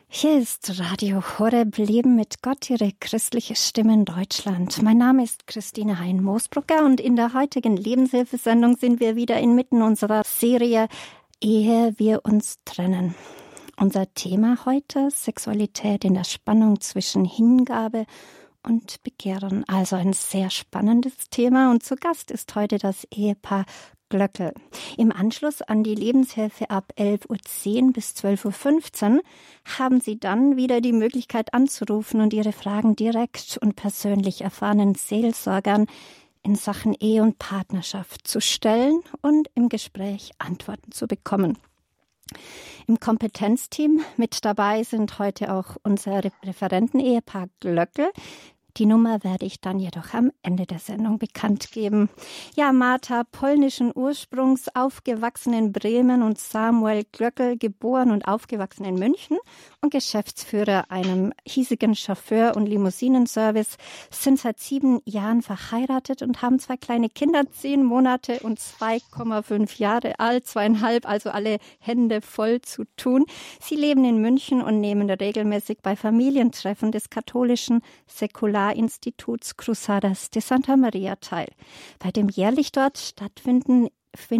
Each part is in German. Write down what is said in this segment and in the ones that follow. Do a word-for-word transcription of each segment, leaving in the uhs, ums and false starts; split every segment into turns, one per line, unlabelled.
Hier ist Radio Horeb Leben mit Gott, Ihre christliche Stimme in Deutschland. Mein Name ist Christine Hein-Moosbrucker und in der heutigen Lebenshilfesendung sind wir wieder inmitten unserer Serie Ehe wir uns trennen. Unser Thema heute: Sexualität in der Spannung zwischen Hingabe und Begehren. Also ein sehr spannendes Thema und zu Gast ist heute das Ehepaar Glöckl. Im Anschluss an die Lebenshilfe ab elf Uhr zehn bis zwölf Uhr fünfzehn haben Sie dann wieder die Möglichkeit anzurufen und Ihre Fragen direkt und persönlich erfahrenen Seelsorgern in Sachen Ehe und Partnerschaft zu stellen und im Gespräch Antworten zu bekommen. Im Kompetenzteam mit dabei sind heute auch unser Referenten-Ehepaar Glöckl. Die Nummer werde ich dann jedoch am Ende der Sendung bekannt geben. Ja, Martha, polnischen Ursprungs, aufgewachsen in Bremen, und Samuel Glöckl, geboren und aufgewachsen in München und Geschäftsführer einem hiesigen Chauffeur- und Limousinenservice, sind seit sieben Jahren verheiratet und haben zwei kleine Kinder, zehn Monate und zwei Komma fünf Jahre alt, zweieinhalb, also alle Hände voll zu tun. Sie leben in München und nehmen regelmäßig bei Familientreffen des katholischen Säkular Instituts Cruzadas de Santa Maria teil. Bei dem jährlich dort stattfindenden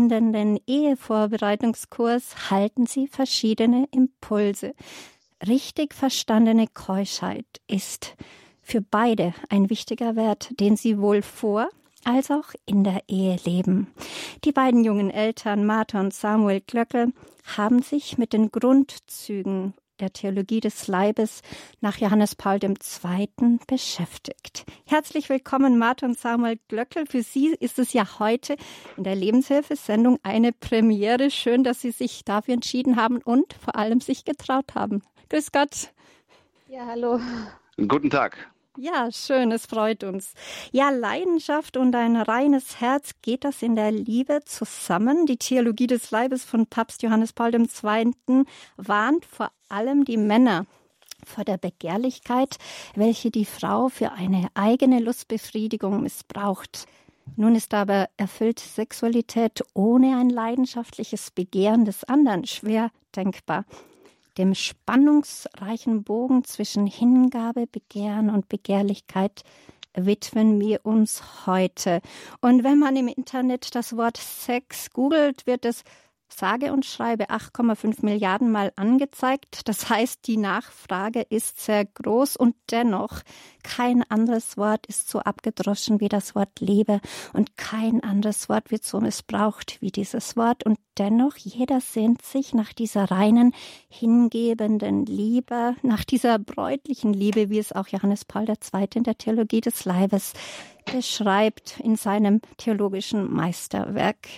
Ehevorbereitungskurs halten sie verschiedene Impulse. Richtig verstandene Keuschheit ist für beide ein wichtiger Wert, den sie wohl vor als auch in der Ehe leben. Die beiden jungen Eltern, Martha und Samuel Glöckl, haben sich mit den Grundzügen der Theologie des Leibes nach Johannes Paul der Zweite. beschäftigt. Herzlich willkommen, Martha und Samuel Glöckl. Für Sie ist es ja heute in der Lebenshilfesendung eine Premiere. Schön, dass Sie sich dafür entschieden haben und vor allem sich getraut haben. Grüß Gott.
Ja, hallo.
Guten Tag.
Ja, schön, es freut uns. Ja, Leidenschaft und ein reines Herz, geht das in der Liebe zusammen? Die Theologie des Leibes von Papst Johannes Paul der Zweite. warnt vor allem die Männer vor der Begehrlichkeit, welche die Frau für eine eigene Lustbefriedigung missbraucht. Nun ist aber erfüllte Sexualität ohne ein leidenschaftliches Begehren des anderen schwer denkbar. Dem spannungsreichen Bogen zwischen Hingabe, Begehren und Begehrlichkeit widmen wir uns heute. Und wenn man im Internet das Wort Sex googelt, wird es sage und schreibe acht Komma fünf Milliarden Mal angezeigt. Das heißt, die Nachfrage ist sehr groß und dennoch kein anderes Wort ist so abgedroschen wie das Wort Liebe und kein anderes Wort wird so missbraucht wie dieses Wort. Und dennoch, jeder sehnt sich nach dieser reinen, hingebenden Liebe, nach dieser bräutlichen Liebe, wie es auch Johannes Paul der Zweite. in der Theologie des Leibes beschreibt in seinem theologischen Meisterwerk.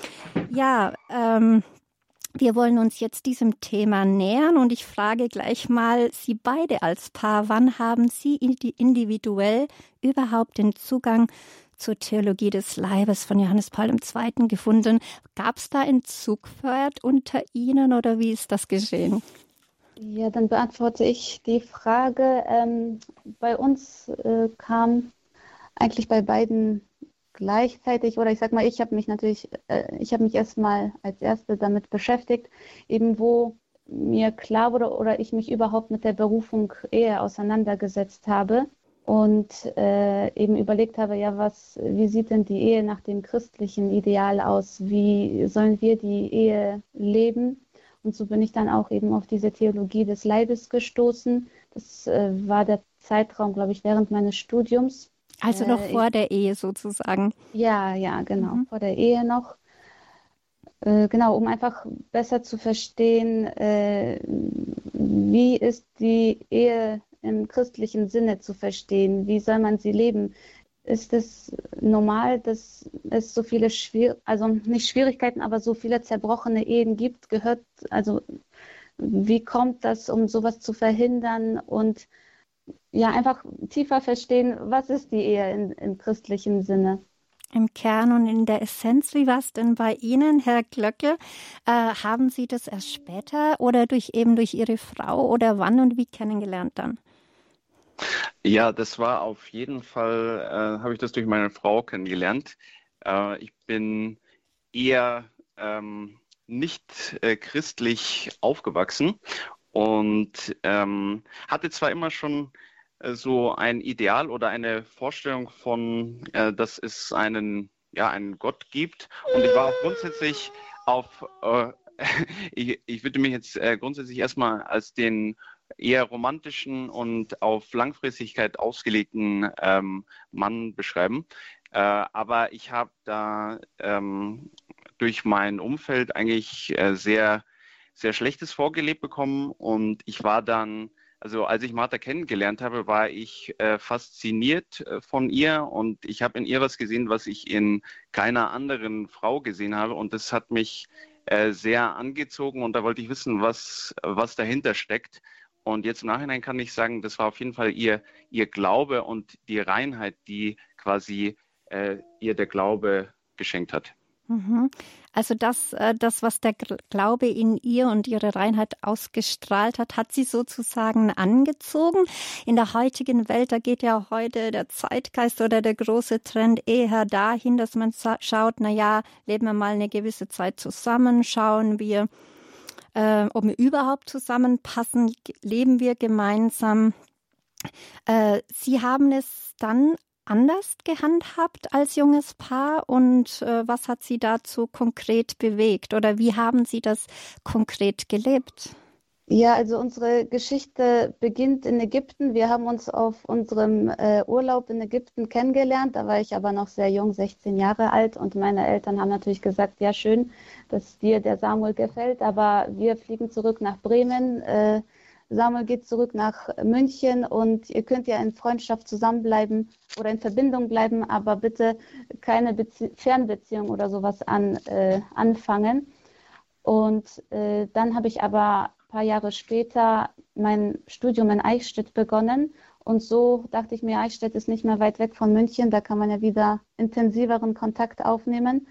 Ja, ähm, wir wollen uns jetzt diesem Thema nähern und ich frage gleich mal Sie beide als Paar, wann haben Sie individuell überhaupt den Zugang zur Theologie des Leibes von Johannes Paul der Zweite. gefunden? Gab es da ein Zugpferd unter Ihnen oder wie ist das geschehen?
Ja, dann beantworte ich die Frage. Ähm, bei uns äh, kam eigentlich bei beiden gleichzeitig, oder ich sag mal, ich habe mich natürlich, äh, ich habe mich erstmal als Erste damit beschäftigt, eben wo mir klar wurde oder ich mich überhaupt mit der Berufung Ehe auseinandergesetzt habe und äh, eben überlegt habe, ja, was, wie sieht denn die Ehe nach dem christlichen Ideal aus? Wie sollen wir die Ehe leben? Und so bin ich dann auch eben auf diese Theologie des Leibes gestoßen. Das äh, war der Zeitraum, glaube ich, während meines Studiums.
Also noch äh, vor der Ehe sozusagen.
Ja, ja, genau,
Mhm.
vor der Ehe noch. Äh, genau, um einfach besser zu verstehen, äh, wie ist die Ehe im christlichen Sinne zu verstehen? Wie soll man sie leben? Ist es normal, dass es so viele Schwier- also nicht Schwierigkeiten, aber so viele zerbrochene Ehen gibt? Gehört, also wie kommt das, um sowas zu verhindern? Und ja, einfach tiefer verstehen, was ist die Ehe in, im christlichen Sinne?
Im Kern und in der Essenz, wie war es denn bei Ihnen, Herr Glöckl? Äh, haben Sie das erst später oder durch eben durch Ihre Frau oder wann und wie kennengelernt dann?
Ja, das war auf jeden Fall, äh, habe ich das durch meine Frau kennengelernt. Äh, ich bin eher ähm, nicht äh, christlich aufgewachsen und ähm, hatte zwar immer schon äh, so ein Ideal oder eine Vorstellung von, äh, dass es einen, ja, einen Gott gibt, und ich war auch grundsätzlich auf, äh, ich, ich würde mich jetzt äh, grundsätzlich erstmal als den eher romantischen und auf Langfristigkeit ausgelegten ähm, Mann beschreiben. Äh, aber ich habe da ähm, durch mein Umfeld eigentlich äh, sehr, sehr Schlechtes vorgelebt bekommen, und ich war dann, also als ich Martha kennengelernt habe, war ich äh, fasziniert äh, von ihr, und ich habe in ihr was gesehen, was ich in keiner anderen Frau gesehen habe, und das hat mich äh, sehr angezogen, und da wollte ich wissen, was, was dahinter steckt. Und jetzt im Nachhinein kann ich sagen, das war auf jeden Fall ihr, ihr Glaube und die Reinheit, die quasi äh, ihr der Glaube geschenkt hat.
Mhm. Also das, äh, das, was der Gl- Glaube in ihr und ihre Reinheit ausgestrahlt hat, hat sie sozusagen angezogen. In der heutigen Welt, da geht ja heute der Zeitgeist oder der große Trend eher dahin, dass man sa- schaut, na ja, leben wir mal eine gewisse Zeit zusammen, schauen wir, äh, ob wir überhaupt zusammenpassen, g- leben wir gemeinsam. Äh, Sie haben es dann anders gehandhabt als junges Paar, und äh, was hat Sie dazu konkret bewegt oder wie haben Sie das konkret gelebt?
Ja, also unsere Geschichte beginnt in Ägypten. Wir haben uns auf unserem äh, Urlaub in Ägypten kennengelernt. Da war ich aber noch sehr jung, sechzehn Jahre alt. Und meine Eltern haben natürlich gesagt, ja schön, dass dir der Samuel gefällt, aber wir fliegen zurück nach Bremen. Äh, Samuel geht zurück nach München, und ihr könnt ja in Freundschaft zusammenbleiben oder in Verbindung bleiben, aber bitte keine Bezie Fernbeziehung oder sowas an, äh, anfangen. Und äh, dann habe ich aber ein paar Jahre später mein Studium in Eichstätt begonnen. Und so dachte ich mir, Eichstätt ist nicht mehr weit weg von München, da kann man ja wieder intensiveren Kontakt aufnehmen.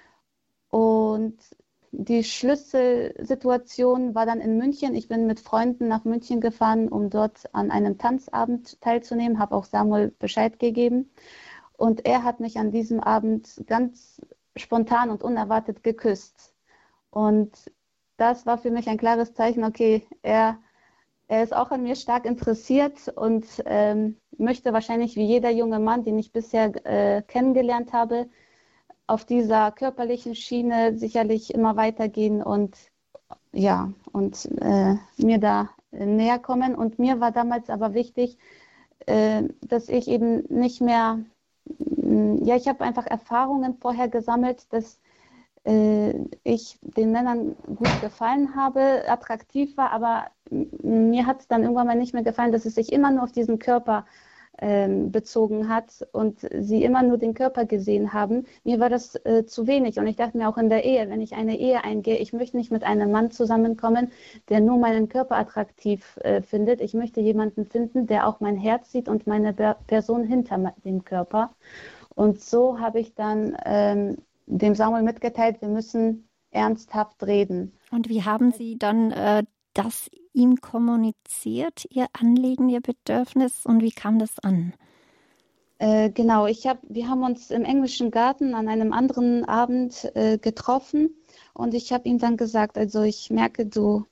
Und die Schlüsselsituation war dann in München. Ich bin mit Freunden nach München gefahren, um dort an einem Tanzabend teilzunehmen, habe auch Samuel Bescheid gegeben. Und er hat mich an diesem Abend ganz spontan und unerwartet geküsst. Und das war für mich ein klares Zeichen, okay, er, er ist auch an mir stark interessiert und ähm, möchte wahrscheinlich wie jeder junge Mann, den ich bisher äh, kennengelernt habe, auf dieser körperlichen Schiene sicherlich immer weitergehen und ja, und äh, mir da äh, näher kommen. Und mir war damals aber wichtig, äh, dass ich eben nicht mehr, mh, ja, ich habe einfach Erfahrungen vorher gesammelt, dass äh, ich den Männern gut gefallen habe, attraktiv war, aber m- mir hat es dann irgendwann mal nicht mehr gefallen, dass es sich immer nur auf diesen Körper ähm, bezogen hat und sie immer nur den Körper gesehen haben. Mir war das äh, zu wenig, und ich dachte mir auch in der Ehe, wenn ich eine Ehe eingehe, ich möchte nicht mit einem Mann zusammenkommen, der nur meinen Körper attraktiv äh, findet. Ich möchte jemanden finden, der auch mein Herz sieht und meine Be- Person hinter me- dem Körper. Und so habe ich dann ähm, dem Samuel mitgeteilt, wir müssen ernsthaft reden.
Und wie haben Sie dann äh, das ihm kommuniziert, Ihr Anliegen, Ihr Bedürfnis, und wie kam das an?
Äh, genau, ich hab, wir haben uns im englischen Garten an einem anderen Abend äh, getroffen, und ich habe ihm dann gesagt, also ich merke, du,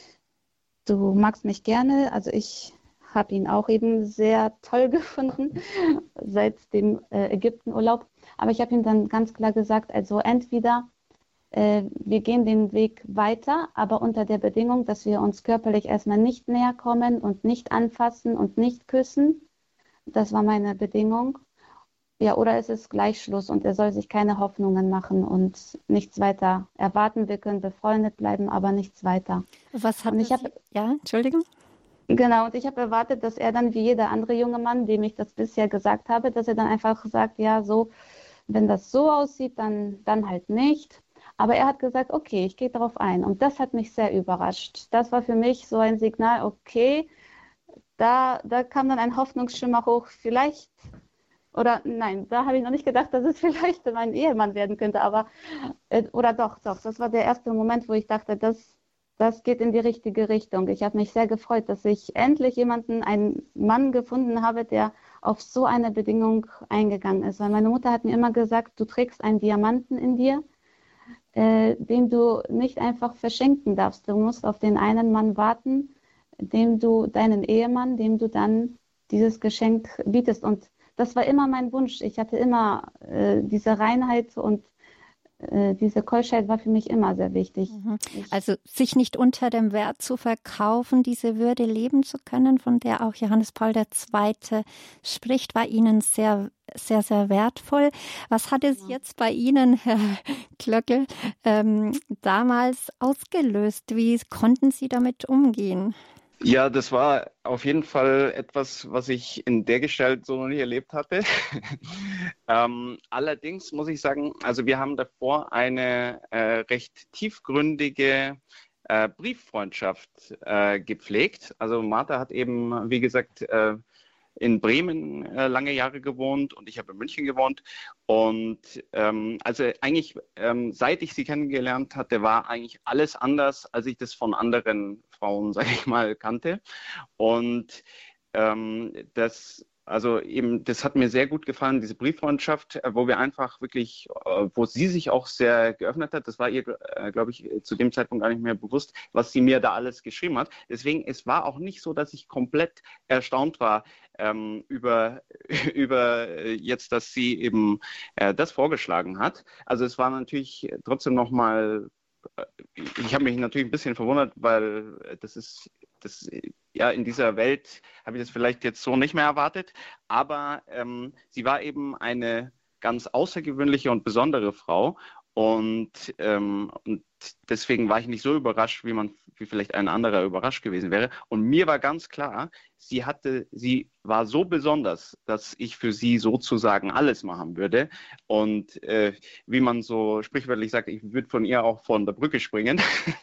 du magst mich gerne, also ich habe ihn auch eben sehr toll gefunden seit dem äh, Ägyptenurlaub, aber ich habe ihm dann ganz klar gesagt, also entweder äh, wir gehen den Weg weiter, aber unter der Bedingung, dass wir uns körperlich erstmal nicht näher kommen und nicht anfassen und nicht küssen. Das war meine Bedingung. Ja, oder es ist gleich Schluss, und er soll sich keine Hoffnungen machen und nichts weiter erwarten. Wir können befreundet bleiben, aber nichts weiter.
Was hat
Und ich
es?
habe,
Ja, Entschuldigung.
genau, und ich habe erwartet, dass er dann wie jeder andere junge Mann, dem ich das bisher gesagt habe, dass er dann einfach sagt, ja, so, wenn das so aussieht, dann, dann halt nicht. Aber er hat gesagt, okay, ich gehe darauf ein. Und das hat mich sehr überrascht. Das war für mich so ein Signal, okay, da, da kam dann ein Hoffnungsschimmer hoch. Vielleicht, oder nein, da habe ich noch nicht gedacht, dass es vielleicht mein Ehemann werden könnte. Aber, äh, oder doch, doch, das war der erste Moment, wo ich dachte, das, das geht in die richtige Richtung. Ich habe mich sehr gefreut, dass ich endlich jemanden, einen Mann gefunden habe, der auf so eine Bedingung eingegangen ist. Weil meine Mutter hat mir immer gesagt, du trägst einen Diamanten in dir, äh, den du nicht einfach verschenken darfst. Du musst auf den einen Mann warten, dem du deinen Ehemann, dem du dann dieses Geschenk bietest. Und das war immer mein Wunsch. Ich hatte immer äh, diese Reinheit und äh, diese Keuschheit war für mich immer sehr wichtig.
Mhm.
Ich,
Also sich nicht unter dem Wert zu verkaufen, diese Würde leben zu können, von der auch Johannes Paul der Zweite spricht, war Ihnen sehr, sehr, sehr wertvoll. Was hat es jetzt bei Ihnen, Herr Glöckl, ähm, damals ausgelöst? Wie konnten Sie damit umgehen?
Ja, das war auf jeden Fall etwas, was ich in der Gestalt so noch nie erlebt hatte. ähm, allerdings muss ich sagen, also wir haben davor eine äh, recht tiefgründige äh, Brieffreundschaft äh, gepflegt. Also Martha hat eben, wie gesagt, äh, in Bremen äh, lange Jahre gewohnt und ich habe in München gewohnt. Und ähm, also eigentlich, ähm, seit ich sie kennengelernt hatte, war eigentlich alles anders, als ich das von anderen Frauen, sage ich mal, kannte. Und ähm, das, also eben, das hat mir sehr gut gefallen, diese Brieffreundschaft, äh, wo wir einfach wirklich, äh, wo sie sich auch sehr geöffnet hat. Das war ihr, äh, glaube ich, zu dem Zeitpunkt gar nicht mehr bewusst, was sie mir da alles geschrieben hat. Deswegen, es war auch nicht so, dass ich komplett erstaunt war ähm, über, über jetzt, dass sie eben äh, das vorgeschlagen hat. Also es war natürlich trotzdem nochmal, ich habe mich natürlich ein bisschen verwundert, weil das ist, das, ja, in dieser Welt habe ich das vielleicht jetzt so nicht mehr erwartet, aber ähm, sie war eben eine ganz außergewöhnliche und besondere Frau und, ähm, und deswegen war ich nicht so überrascht, wie man, wie vielleicht ein anderer überrascht gewesen wäre. Und mir war ganz klar, sie hatte, sie war so besonders, dass ich für sie sozusagen alles machen würde. Und äh, wie man so sprichwörtlich sagt, ich würde von ihr auch von der Brücke springen.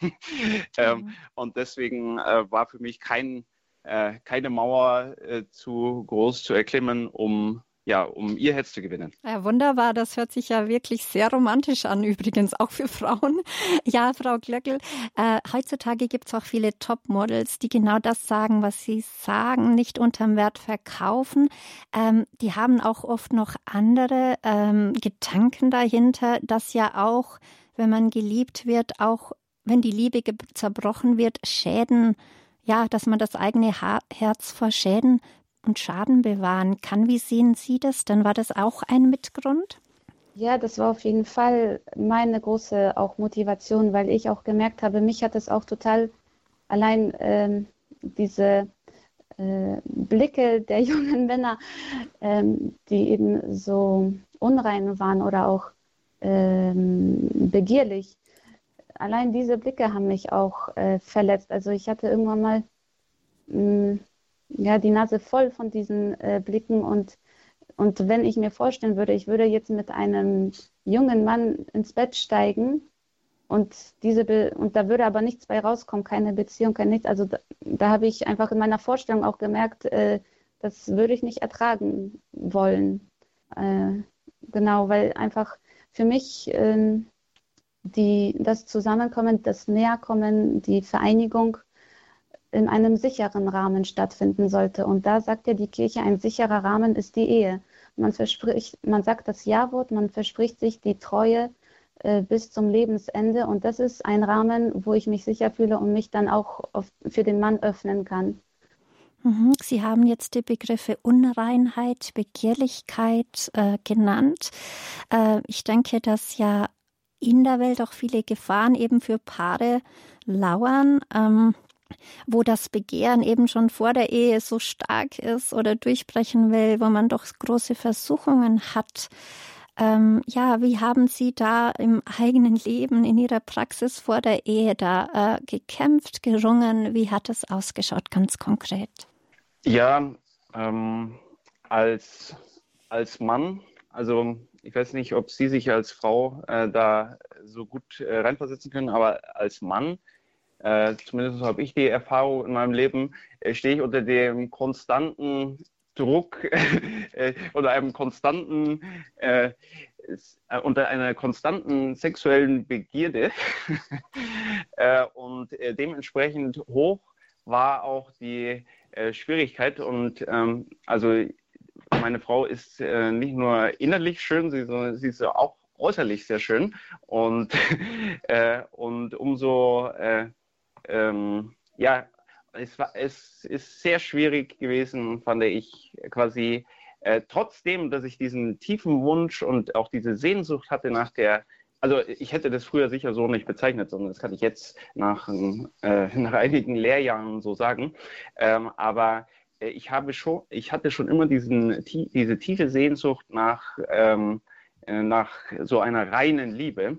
ähm,
Mhm.
und deswegen äh, war für mich kein, äh, keine Mauer äh, zu groß zu erklimmen, um ja, um ihr Herz zu gewinnen.
Ja, wunderbar. Das hört sich ja wirklich sehr romantisch an, übrigens auch für Frauen. Ja, Frau Glöckl, äh, heutzutage gibt es auch viele Topmodels, die genau das sagen, was sie sagen, nicht unterm Wert verkaufen. Ähm, die haben auch oft noch andere ähm, Gedanken dahinter, dass ja auch, wenn man geliebt wird, auch wenn die Liebe ge- zerbrochen wird, Schäden, ja, dass man das eigene ha- Herz vor Schäden und Schaden bewahren kann. Wie sehen Sie das? Dann war das auch ein Mitgrund?
ja, das war auf jeden Fall meine große auch Motivation, weil ich auch gemerkt habe, mich hat es auch total allein ähm, diese äh, Blicke der jungen Männer, ähm, die eben so unrein waren oder auch ähm, begierlich. Allein diese Blicke haben mich auch äh, verletzt. Also ich hatte irgendwann mal mh, ja, die Nase voll von diesen äh, Blicken und, und wenn ich mir vorstellen würde, ich würde jetzt mit einem jungen Mann ins Bett steigen und diese Be und da würde aber nichts bei rauskommen, keine Beziehung, kein nichts. Also da, da habe ich einfach in meiner Vorstellung auch gemerkt, äh, das würde ich nicht ertragen wollen. Äh, genau, weil einfach für mich äh, die, das Zusammenkommen, das Näherkommen, die Vereinigung in einem sicheren Rahmen stattfinden sollte. Und da sagt ja die Kirche, ein sicherer Rahmen ist die Ehe. Man verspricht, man sagt das Ja-Wort, man verspricht sich die Treue äh, bis zum Lebensende. Und das ist ein Rahmen, wo ich mich sicher fühle und mich dann auch auf, für den Mann öffnen kann.
Mhm. Sie haben jetzt die Begriffe Unreinheit, Begehrlichkeit äh, genannt. Äh, ich denke, dass ja in der Welt auch viele Gefahren eben für Paare lauern. Ähm, wo das Begehren eben schon vor der Ehe so stark ist oder durchbrechen will, wo man doch große Versuchungen hat. Ähm, ja, wie haben Sie da im eigenen Leben, in Ihrer Praxis vor der Ehe da äh, gekämpft, gerungen? Wie hat es ausgeschaut, ganz konkret?
Ja, ähm, als, als Mann, also ich weiß nicht, ob Sie sich als Frau äh, da so gut äh, reinversetzen können, aber als Mann, Äh, zumindest habe ich die Erfahrung in meinem Leben, äh, stehe ich unter dem konstanten Druck äh, oder einem konstanten, äh, äh, unter einer konstanten sexuellen Begierde äh, und äh, dementsprechend hoch war auch die äh, Schwierigkeit und ähm, also meine Frau ist äh, nicht nur innerlich schön, sie, sondern sie ist auch äußerlich sehr schön und, äh, und umso äh, ähm, ja, es war, es ist sehr schwierig gewesen, fand ich, quasi äh, trotzdem, dass ich diesen tiefen Wunsch und auch diese Sehnsucht hatte nach der, also ich hätte das früher sicher so nicht bezeichnet, sondern das kann ich jetzt nach, äh, nach einigen Lehrjahren so sagen. Ähm, aber äh, ich habe schon, ich hatte schon immer diesen, die, diese tiefe Sehnsucht nach, ähm, äh, nach so einer reinen Liebe.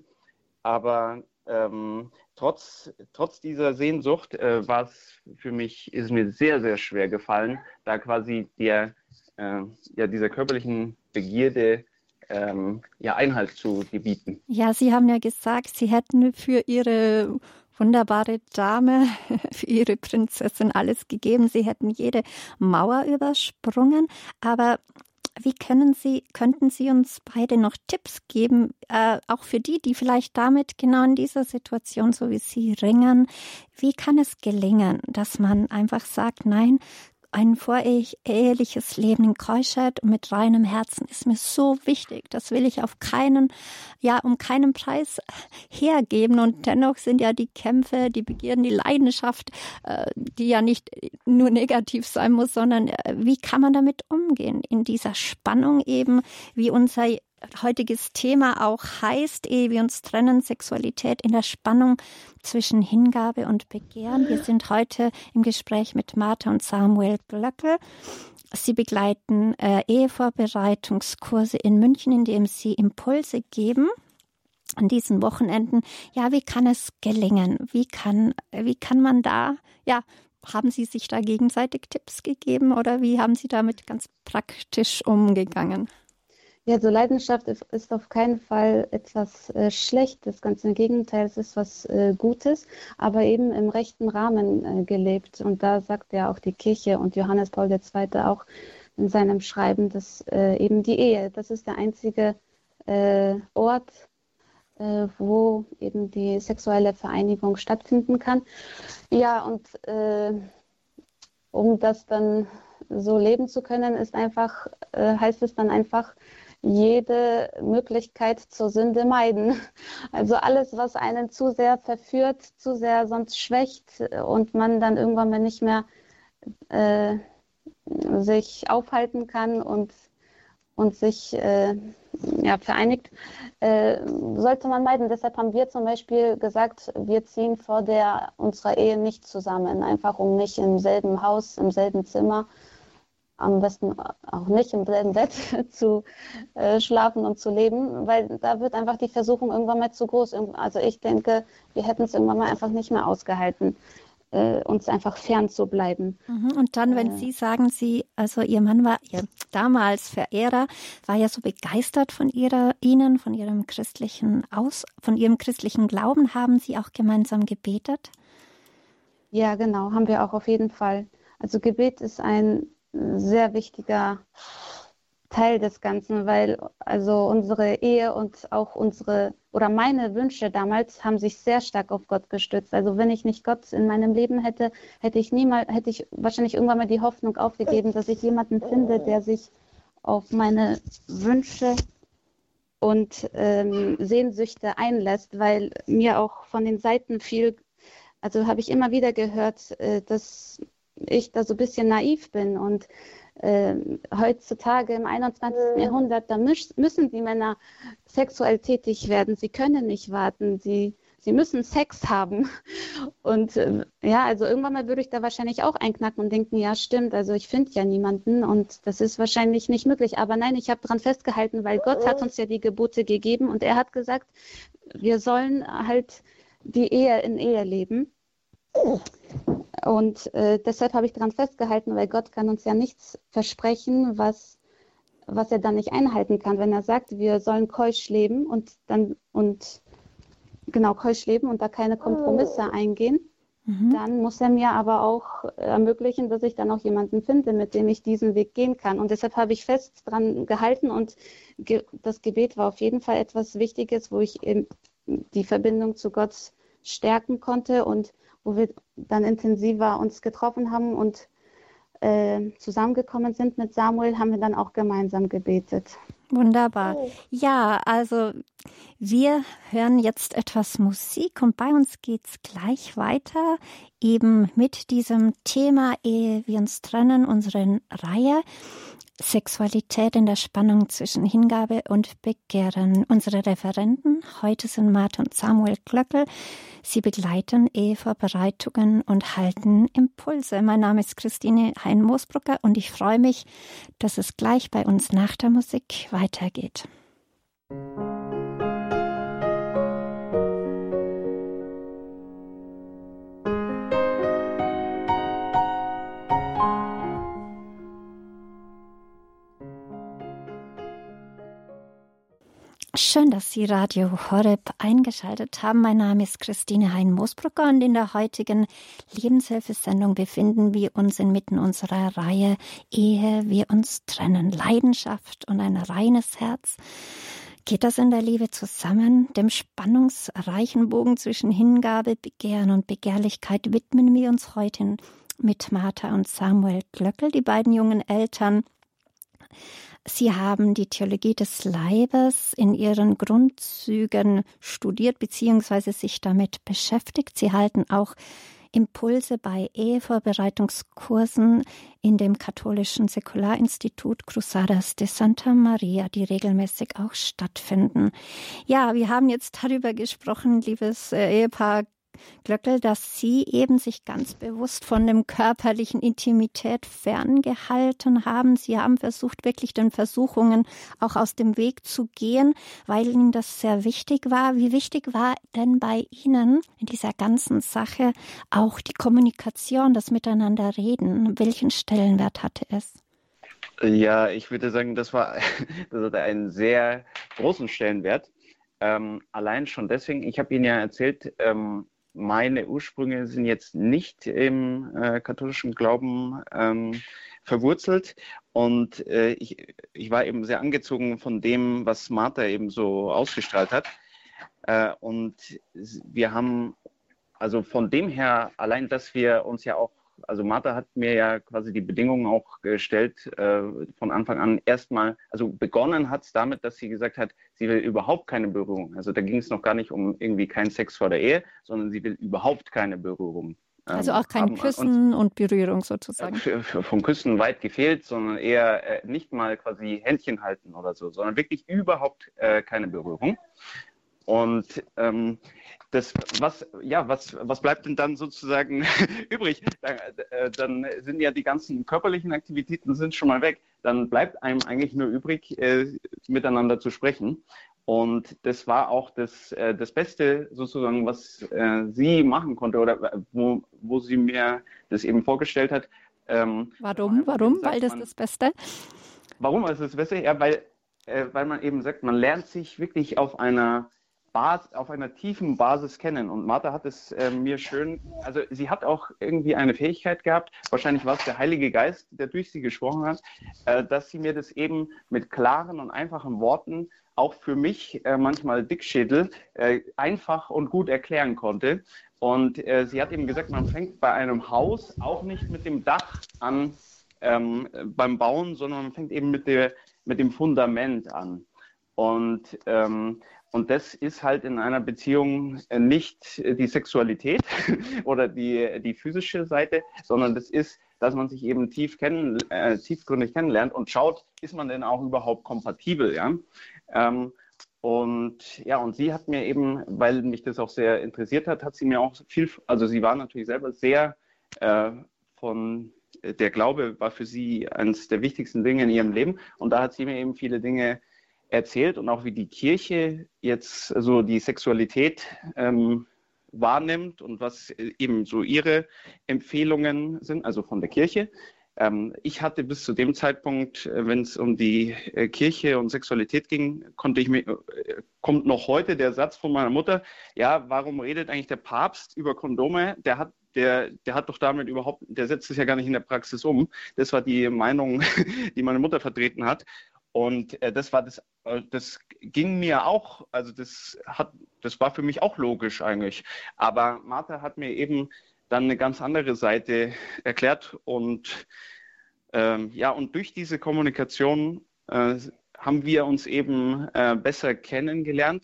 Aber ähm, trotz, trotz dieser Sehnsucht äh, war es für mich, ist mir sehr, sehr schwer gefallen, da quasi der, äh, ja, dieser körperlichen Begierde Ähm, ja, Einhalt zu gebieten.
Ja, Sie haben ja gesagt, Sie hätten für Ihre wunderbare Dame, für Ihre Prinzessin alles gegeben. Sie hätten jede Mauer übersprungen. Aber wie können Sie, könnten Sie uns beide noch Tipps geben, äh, auch für die, die vielleicht damit genau in dieser Situation, so wie Sie, ringen? Wie kann es gelingen, dass man einfach sagt, nein, ein voreheliches Leben in Keuschheit und mit reinem Herzen ist mir so wichtig. Das will ich auf keinen, ja, um keinen Preis hergeben. Und dennoch sind ja die Kämpfe, die Begierden, die Leidenschaft, äh, die ja nicht nur negativ sein muss, sondern äh, wie kann man damit umgehen? In dieser Spannung eben, wie unser heutiges Thema auch heißt, ehe wir uns trennen, Sexualität in der Spannung zwischen Hingabe und Begehren. Wir sind heute im Gespräch mit Martha und Samuel Glöckel. Sie begleiten äh, Ehevorbereitungskurse in München, indem sie Impulse geben an diesen Wochenenden. Ja, wie kann es gelingen? Wie kann, wie kann man da, ja, haben Sie sich da gegenseitig Tipps gegeben oder wie haben Sie damit ganz praktisch umgegangen?
Ja, so Leidenschaft ist auf keinen Fall etwas äh, Schlechtes, ganz im Gegenteil, es ist was äh, Gutes, aber eben im rechten Rahmen äh, gelebt. Und da sagt ja auch die Kirche und Johannes Paul der Zweite auch in seinem Schreiben, dass äh, eben die Ehe, das ist der einzige äh, Ort, äh, wo eben die sexuelle Vereinigung stattfinden kann. Ja, und äh, um das dann so leben zu können, ist einfach, äh, heißt es dann einfach, jede Möglichkeit zur Sünde meiden. Also alles, was einen zu sehr verführt, zu sehr sonst schwächt und man dann irgendwann mal nicht mehr äh, sich aufhalten kann und, und sich äh, ja, vereinigt, äh, sollte man meiden. Deshalb haben wir zum Beispiel gesagt, wir ziehen vor der unserer Ehe nicht zusammen, einfach um nicht im selben Haus, im selben Zimmer, am besten auch nicht im selben Bett zu äh, schlafen und zu leben, weil da wird einfach die Versuchung irgendwann mal zu groß. Also ich denke, wir hätten es irgendwann mal einfach nicht mehr ausgehalten, äh, uns einfach fern zu bleiben.
Und dann, wenn äh, Sie sagen, Sie, also Ihr Mann war Ihr damals Verehrer, war ja so begeistert von ihrer, Ihnen, von Ihrem christlichen Aus, von Ihrem christlichen Glauben, haben Sie auch gemeinsam gebetet?
Ja, genau, haben wir auch auf jeden Fall. Also Gebet ist ein sehr wichtiger Teil des Ganzen, weil also unsere Ehe und auch unsere oder meine Wünsche damals haben sich sehr stark auf Gott gestützt. Also wenn ich nicht Gott in meinem Leben hätte, hätte ich niemals, hätte ich wahrscheinlich irgendwann mal die Hoffnung aufgegeben, dass ich jemanden finde, der sich auf meine Wünsche und ähm, Sehnsüchte einlässt, weil mir auch von den Seiten viel, also habe ich immer wieder gehört, äh, dass ich da so ein bisschen naiv bin und äh, heutzutage im einundzwanzigsten Jahrhundert, da müß, müssen die Männer sexuell tätig werden. Sie können nicht warten, sie, sie müssen Sex haben. Und äh, ja, also irgendwann mal würde ich da wahrscheinlich auch einknacken und denken, ja stimmt, also ich finde ja niemanden und das ist wahrscheinlich nicht möglich. Aber nein, ich habe daran festgehalten, weil Gott hat uns ja die Gebote gegeben und er hat gesagt, wir sollen halt die Ehe in Ehe leben. Und äh, deshalb habe ich daran festgehalten, weil Gott kann uns ja nichts versprechen, was, was er dann nicht einhalten kann. Wenn er sagt, wir sollen keusch leben und dann und genau keusch leben und da keine Kompromisse eingehen, mhm. dann muss er mir aber auch ermöglichen, dass ich dann auch jemanden finde, mit dem ich diesen Weg gehen kann. Und deshalb habe ich fest dran gehalten und ge- das Gebet war auf jeden Fall etwas Wichtiges, wo ich eben die Verbindung zu Gott stärken konnte und wo wir dann intensiver uns getroffen haben und äh, zusammengekommen sind mit Samuel, haben wir dann auch gemeinsam gebetet.
Wunderbar. Ja, also wir hören jetzt etwas Musik und bei uns geht's gleich weiter eben mit diesem Thema, ehe wir uns trennen, unsere Reihe Sexualität in der Spannung zwischen Hingabe und Begehren. Unsere Referenten heute sind Martha und Samuel Glöckl. Sie begleiten Ehevorbereitungen und halten Impulse. Mein Name ist Christine Hein-Moosbrucker und ich freue mich, dass es gleich bei uns nach der Musik weitergeht. Schön, dass Sie Radio Horeb eingeschaltet haben. Mein Name ist Christine Hein-Moosbrucker und in der heutigen Lebenshilfesendung befinden wir uns inmitten unserer Reihe Ehe wir uns trennen. Leidenschaft und ein reines Herz. Geht das in der Liebe zusammen? Dem spannungsreichen Bogen zwischen Hingabe, Begehren und Begehrlichkeit widmen wir uns heute mit Martha und Samuel Glöckl, die beiden jungen Eltern. Sie haben die Theologie des Leibes in ihren Grundzügen studiert bzw. sich damit beschäftigt. Sie halten auch Impulse bei Ehevorbereitungskursen in dem katholischen Säkularinstitut Cruzadas de Santa Maria, die regelmäßig auch stattfinden. Ja, wir haben jetzt darüber gesprochen, liebes Ehepaar Glöckl, dass Sie eben sich ganz bewusst von dem körperlichen Intimität ferngehalten haben. Sie haben versucht, wirklich den Versuchungen auch aus dem Weg zu gehen, weil Ihnen das sehr wichtig war. Wie wichtig war denn bei Ihnen in dieser ganzen Sache auch die Kommunikation, das Miteinanderreden? Welchen Stellenwert hatte es?
Ja, ich würde sagen, das war das hatte einen sehr großen Stellenwert. Ähm, allein schon deswegen, ich habe Ihnen ja erzählt, ähm, meine Ursprünge sind jetzt nicht im äh, katholischen Glauben ähm, verwurzelt und äh, ich, ich war eben sehr angezogen von dem, was Martha eben so ausgestrahlt hat. Äh, und wir haben, also von dem her, allein, dass wir uns ja auch, also Martha hat mir ja quasi die Bedingungen auch gestellt, äh, von Anfang an erstmal, also begonnen hat es damit, dass sie gesagt hat, sie will überhaupt keine Berührung. Also da ging es noch gar nicht um irgendwie keinen Sex vor der Ehe, sondern sie will überhaupt keine Berührung. Ähm,
also auch kein Küssen und, und Berührung sozusagen.
Für, für, vom Küssen weit gefehlt, sondern eher äh, nicht mal quasi Händchen halten oder so, sondern wirklich überhaupt äh, keine Berührung. Und ähm, das, was, ja, was, was bleibt denn dann sozusagen übrig? Dann, äh, dann sind ja die ganzen körperlichen Aktivitäten sind schon mal weg. Dann bleibt einem eigentlich nur übrig, äh, miteinander zu sprechen. Und das war auch das, äh, das Beste sozusagen, was äh, sie machen konnte oder wo, wo sie mir das eben vorgestellt hat.
Ähm, warum? Warum? Gesagt, weil das man, das Beste?
Warum ist das Beste? Ja, weil, äh, weil man eben sagt, man lernt sich wirklich auf einer Bas- auf einer tiefen Basis kennen. Und Martha hat es äh, mir schön, also sie hat auch irgendwie eine Fähigkeit gehabt, wahrscheinlich war es der Heilige Geist, der durch sie gesprochen hat, äh, dass sie mir das eben mit klaren und einfachen Worten, auch für mich äh, manchmal Dickschädel, äh, einfach und gut erklären konnte. Und äh, sie hat eben gesagt, man fängt bei einem Haus auch nicht mit dem Dach an ähm, beim Bauen, sondern man fängt eben mit, der, mit dem Fundament an. Und ähm, Und das ist halt in einer Beziehung nicht die Sexualität oder die, die physische Seite, sondern das ist, dass man sich eben tief kennen, äh, tiefgründig kennenlernt und schaut, ist man denn auch überhaupt kompatibel, ja? Ähm, und ja, und sie hat mir eben, weil mich das auch sehr interessiert hat, hat sie mir auch viel, also sie war natürlich selber sehr äh, von, der Glaube war für sie eines der wichtigsten Dinge in ihrem Leben und da hat sie mir eben viele Dinge erzählt und auch wie die Kirche jetzt so die Sexualität ähm, wahrnimmt und was eben so ihre Empfehlungen sind, also von der Kirche. Ähm, ich hatte bis zu dem Zeitpunkt, äh, wenn es um die äh, Kirche und Sexualität ging, konnte ich mir, äh, kommt noch heute der Satz von meiner Mutter, ja, warum redet eigentlich der Papst über Kondome? Der hat Der, der hat doch damit überhaupt, der setzt es ja gar nicht in der Praxis um. Das war die Meinung, die meine Mutter vertreten hat. Und äh, das war das, äh, das ging mir auch, also das hat, das war für mich auch logisch eigentlich. Aber Martha hat mir eben dann eine ganz andere Seite erklärt und ähm, ja, und durch diese Kommunikation äh, haben wir uns eben äh, besser kennengelernt.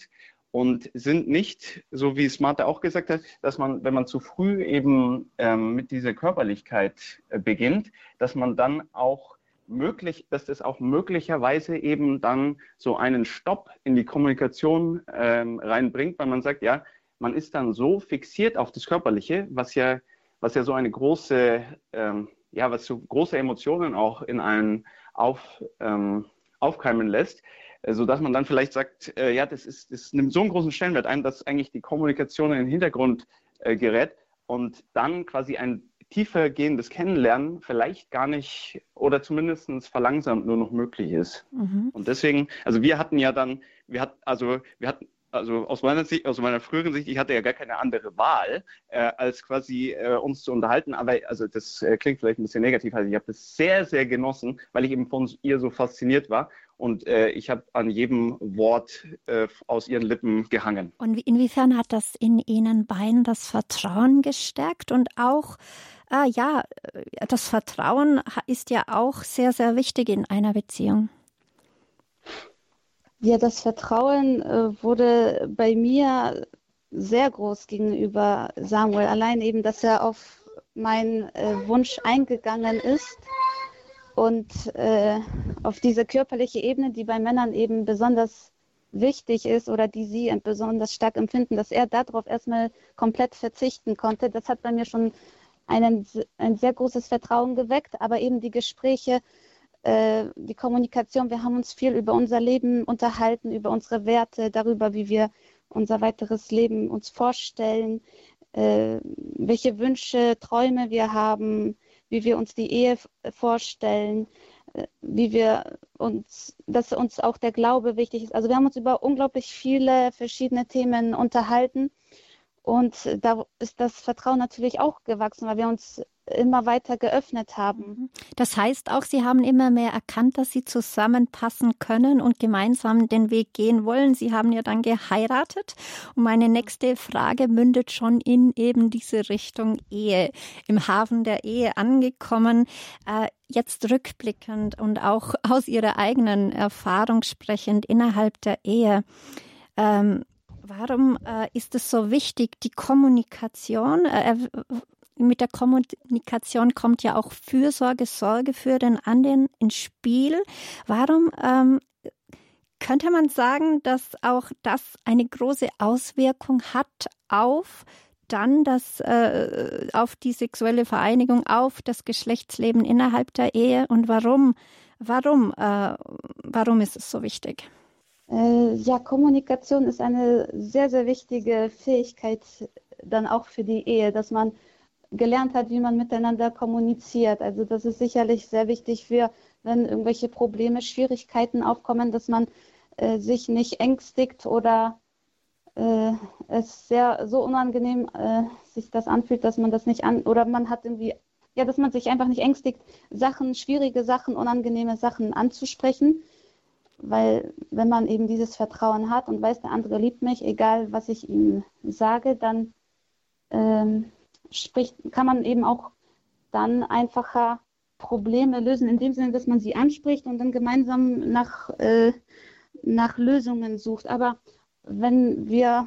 und sind nicht, so wie es Martha auch gesagt hat, dass man, wenn man zu früh eben ähm, mit dieser Körperlichkeit äh, beginnt, dass man dann auch möglich, dass das auch möglicherweise eben dann so einen Stopp in die Kommunikation ähm, reinbringt, weil man sagt, ja, man ist dann so fixiert auf das Körperliche, was ja, was ja so eine große, ähm, ja, was so große Emotionen auch in einen auf, ähm, aufkeimen lässt, äh, sodass man dann vielleicht sagt, äh, ja, das ist, das nimmt so einen großen Stellenwert ein, dass eigentlich die Kommunikation in den Hintergrund äh, gerät und dann quasi ein tiefer gehendes Kennenlernen vielleicht gar nicht oder zumindest verlangsamt nur noch möglich ist. Mhm. Und deswegen, also wir hatten ja dann, wir hatten, also wir hatten, also aus meiner Sicht, aus meiner früheren Sicht, ich hatte ja gar keine andere Wahl, äh, als quasi äh, uns zu unterhalten. Aber also das äh, klingt vielleicht ein bisschen negativ. Also ich habe das sehr, sehr genossen, weil ich eben von ihr so fasziniert war. Und äh, ich habe an jedem Wort äh, aus ihren Lippen gehangen.
Und inwiefern hat das in Ihnen beiden das Vertrauen gestärkt? Und auch, äh, ja, das Vertrauen ist ja auch sehr, sehr wichtig in einer Beziehung.
Ja, das Vertrauen äh, wurde bei mir sehr groß gegenüber Samuel. Allein eben, dass er auf meinen äh, Wunsch eingegangen ist und äh, auf diese körperliche Ebene, die bei Männern eben besonders wichtig ist oder die sie besonders stark empfinden, dass er darauf erstmal komplett verzichten konnte. Das hat bei mir schon einen, ein sehr großes Vertrauen geweckt, aber eben die Gespräche, die Kommunikation, wir haben uns viel über unser Leben unterhalten, über unsere Werte, darüber, wie wir unser weiteres Leben uns vorstellen, äh, welche Wünsche, Träume wir haben, wie wir uns die Ehe vorstellen, äh, wie wir uns, dass uns auch der Glaube wichtig ist. Also wir haben uns über unglaublich viele verschiedene Themen unterhalten und da ist das Vertrauen natürlich auch gewachsen, weil wir uns immer weiter geöffnet haben.
Das heißt auch, Sie haben immer mehr erkannt, dass Sie zusammenpassen können und gemeinsam den Weg gehen wollen. Sie haben ja dann geheiratet. Und meine nächste Frage mündet schon in eben diese Richtung Ehe. Im Hafen der Ehe angekommen. Äh, jetzt rückblickend und auch aus Ihrer eigenen Erfahrung sprechend innerhalb der Ehe. Ähm, warum äh, ist es so wichtig, die Kommunikation? Äh, Mit der Kommunikation kommt ja auch Fürsorge, Sorge für den anderen ins Spiel. Warum ähm, könnte man sagen, dass auch das eine große Auswirkung hat auf dann das, äh, auf die sexuelle Vereinigung, auf das Geschlechtsleben innerhalb der Ehe? Und warum, warum, äh, warum ist es so wichtig?
Äh, ja, Kommunikation ist eine sehr, sehr wichtige Fähigkeit dann auch für die Ehe, dass man gelernt hat, wie man miteinander kommuniziert. Also das ist sicherlich sehr wichtig für, wenn irgendwelche Probleme, Schwierigkeiten aufkommen, dass man äh, sich nicht ängstigt oder äh, es sehr so unangenehm äh, sich das anfühlt, dass man das nicht an, oder man hat irgendwie, ja, dass man sich einfach nicht ängstigt, Sachen, schwierige Sachen, unangenehme Sachen anzusprechen, weil wenn man eben dieses Vertrauen hat und weiß, der andere liebt mich, egal was ich ihm sage, dann ähm, Spricht, kann man eben auch dann einfacher Probleme lösen, in dem Sinne, dass man sie anspricht und dann gemeinsam nach, äh, nach Lösungen sucht. Aber wenn wir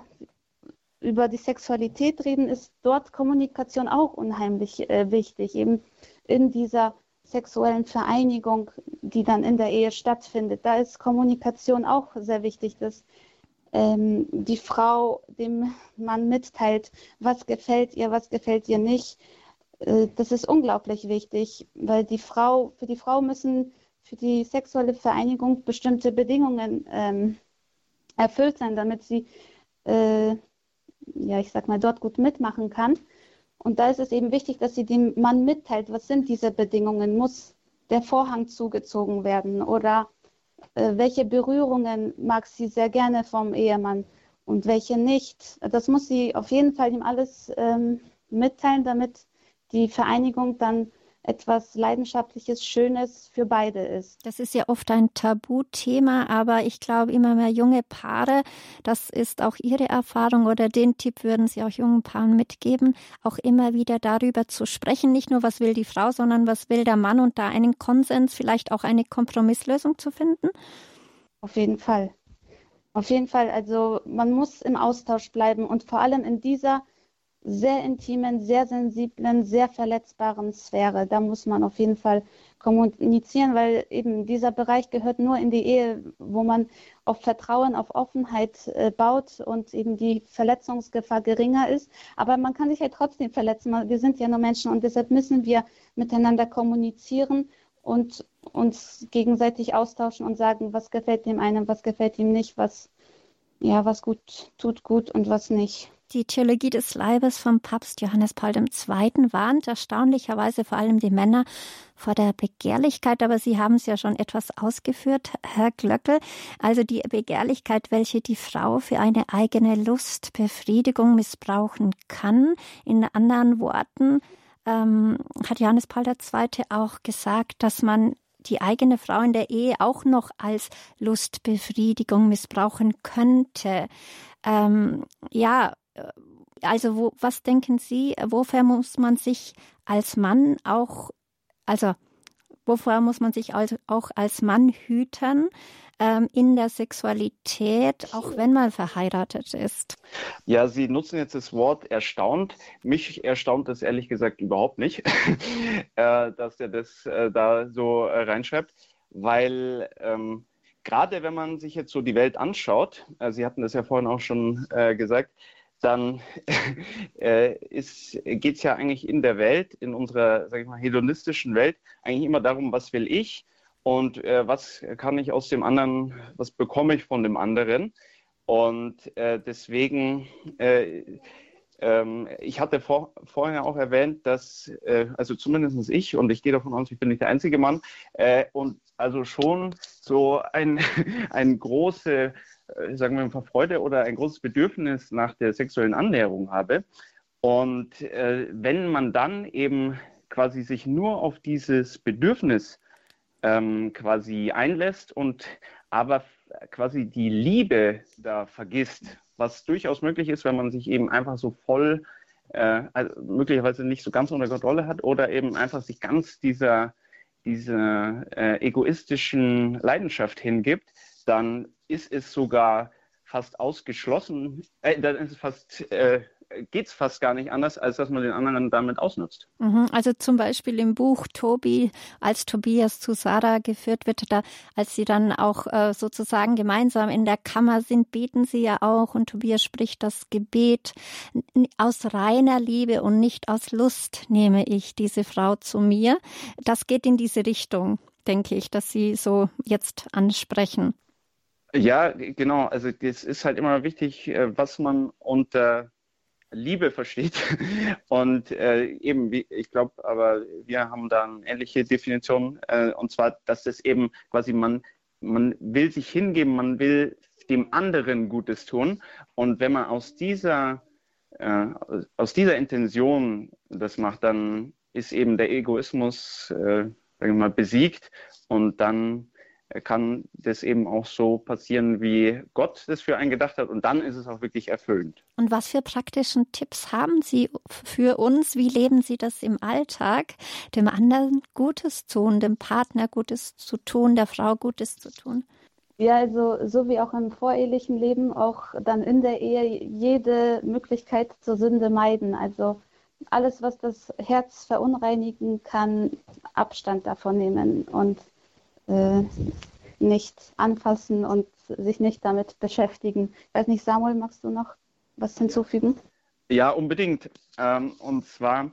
über die Sexualität reden, ist dort Kommunikation auch unheimlich äh, wichtig, eben in dieser sexuellen Vereinigung, die dann in der Ehe stattfindet. Da ist Kommunikation auch sehr wichtig, dass die Frau dem Mann mitteilt, was gefällt ihr, was gefällt ihr nicht. Das ist unglaublich wichtig, weil die Frau, für die Frau müssen für die sexuelle Vereinigung bestimmte Bedingungen ähm, erfüllt sein, damit sie, äh, ja, ich sag mal, dort gut mitmachen kann. Und da ist es eben wichtig, dass sie dem Mann mitteilt, was sind diese Bedingungen? Muss der Vorhang zugezogen werden oder welche Berührungen mag sie sehr gerne vom Ehemann und welche nicht. Das muss sie auf jeden Fall ihm alles ähm, mitteilen, damit die Vereinigung dann etwas Leidenschaftliches, Schönes für beide ist.
Das ist ja oft ein Tabuthema, aber ich glaube, immer mehr junge Paare, das ist auch Ihre Erfahrung oder den Tipp würden Sie auch jungen Paaren mitgeben, auch immer wieder darüber zu sprechen, nicht nur was will die Frau, sondern was will der Mann und da einen Konsens, vielleicht auch eine Kompromisslösung zu finden?
Auf jeden Fall. Auf jeden Fall, also man muss im Austausch bleiben und vor allem in dieser sehr intimen, sehr sensiblen, sehr verletzbaren Sphäre. Da muss man auf jeden Fall kommunizieren, weil eben dieser Bereich gehört nur in die Ehe, wo man auf Vertrauen, auf Offenheit äh, baut und eben die Verletzungsgefahr geringer ist. Aber man kann sich ja trotzdem verletzen. Wir sind ja nur Menschen und deshalb müssen wir miteinander kommunizieren und uns gegenseitig austauschen und sagen, was gefällt dem einen, was gefällt ihm nicht, was, ja, was gut tut gut und was nicht.
Die Theologie des Leibes von Papst Johannes Paul der Zweite warnt erstaunlicherweise vor allem die Männer vor der Begehrlichkeit, aber Sie haben es ja schon etwas ausgeführt, Herr Glöckl. Also die Begehrlichkeit, welche die Frau für eine eigene Lustbefriedigung missbrauchen kann. In anderen Worten ähm, hat Johannes Paul der Zweite auch gesagt, dass man die eigene Frau in der Ehe auch noch als Lustbefriedigung missbrauchen könnte. Ähm, ja, also wo, was denken Sie, wofür muss man sich als Mann auch, also wovor muss man sich also auch als Mann hüten ähm, in der Sexualität, auch wenn man verheiratet ist?
Ja, Sie nutzen jetzt das Wort erstaunt. Mich erstaunt das ehrlich gesagt überhaupt nicht, äh, dass er das äh, da so äh, reinschreibt, weil ähm, gerade wenn man sich jetzt so die Welt anschaut, äh, Sie hatten das ja vorhin auch schon äh, gesagt, dann äh, geht es ja eigentlich in der Welt, in unserer, sag ich mal, hedonistischen Welt, eigentlich immer darum, was will ich und äh, was kann ich aus dem anderen, was bekomme ich von dem anderen. Und äh, deswegen, äh, ähm, ich hatte vor, vorhin auch erwähnt, dass, äh, also zumindest ich, und ich gehe davon aus, ich bin nicht der einzige Mann, äh, und also schon so ein, ein große, sagen wir mal, Freude oder ein großes Bedürfnis nach der sexuellen Annäherung habe. Und äh, wenn man dann eben quasi sich nur auf dieses Bedürfnis ähm, quasi einlässt und aber quasi die Liebe da vergisst, was durchaus möglich ist, wenn man sich eben einfach so voll, äh, also möglicherweise nicht so ganz unter Kontrolle hat oder eben einfach sich ganz dieser, dieser äh, egoistischen Leidenschaft hingibt, dann ist es sogar fast ausgeschlossen, äh, dann ist es fast, äh, geht es fast gar nicht anders, als dass man den anderen damit ausnutzt.
Mhm, also zum Beispiel im Buch Tobi, als Tobias zu Sarah geführt wird, da, als sie dann auch äh, sozusagen gemeinsam in der Kammer sind, beten sie ja auch und Tobias spricht das Gebet. Aus reiner Liebe und nicht aus Lust nehme ich diese Frau zu mir. Das geht in diese Richtung, denke ich, dass Sie so jetzt ansprechen.
Ja, genau. Also das ist halt immer wichtig, was man unter Liebe versteht. Und äh, eben, wie, ich glaube, aber wir haben da eine ähnliche Definition. Äh, und zwar, dass das eben quasi man, man will sich hingeben, man will dem anderen Gutes tun. Und wenn man aus dieser, äh, aus dieser Intention das macht, dann ist eben der Egoismus, äh, sag ich mal, besiegt. Und dann kann das eben auch so passieren, wie Gott das für einen gedacht hat. Und dann ist es auch wirklich erfüllend.
Und was für praktischen Tipps haben Sie für uns? Wie leben Sie das im Alltag, dem anderen Gutes tun, dem Partner Gutes zu tun, der Frau Gutes zu tun?
Ja, also so wie auch im vorehelichen Leben, auch dann in der Ehe jede Möglichkeit zur Sünde meiden. Also alles, was das Herz verunreinigen kann, Abstand davon nehmen und äh, nicht anfassen und sich nicht damit beschäftigen. Ich weiß nicht, Samuel, magst du noch was hinzufügen?
Ja, unbedingt. Ähm, und zwar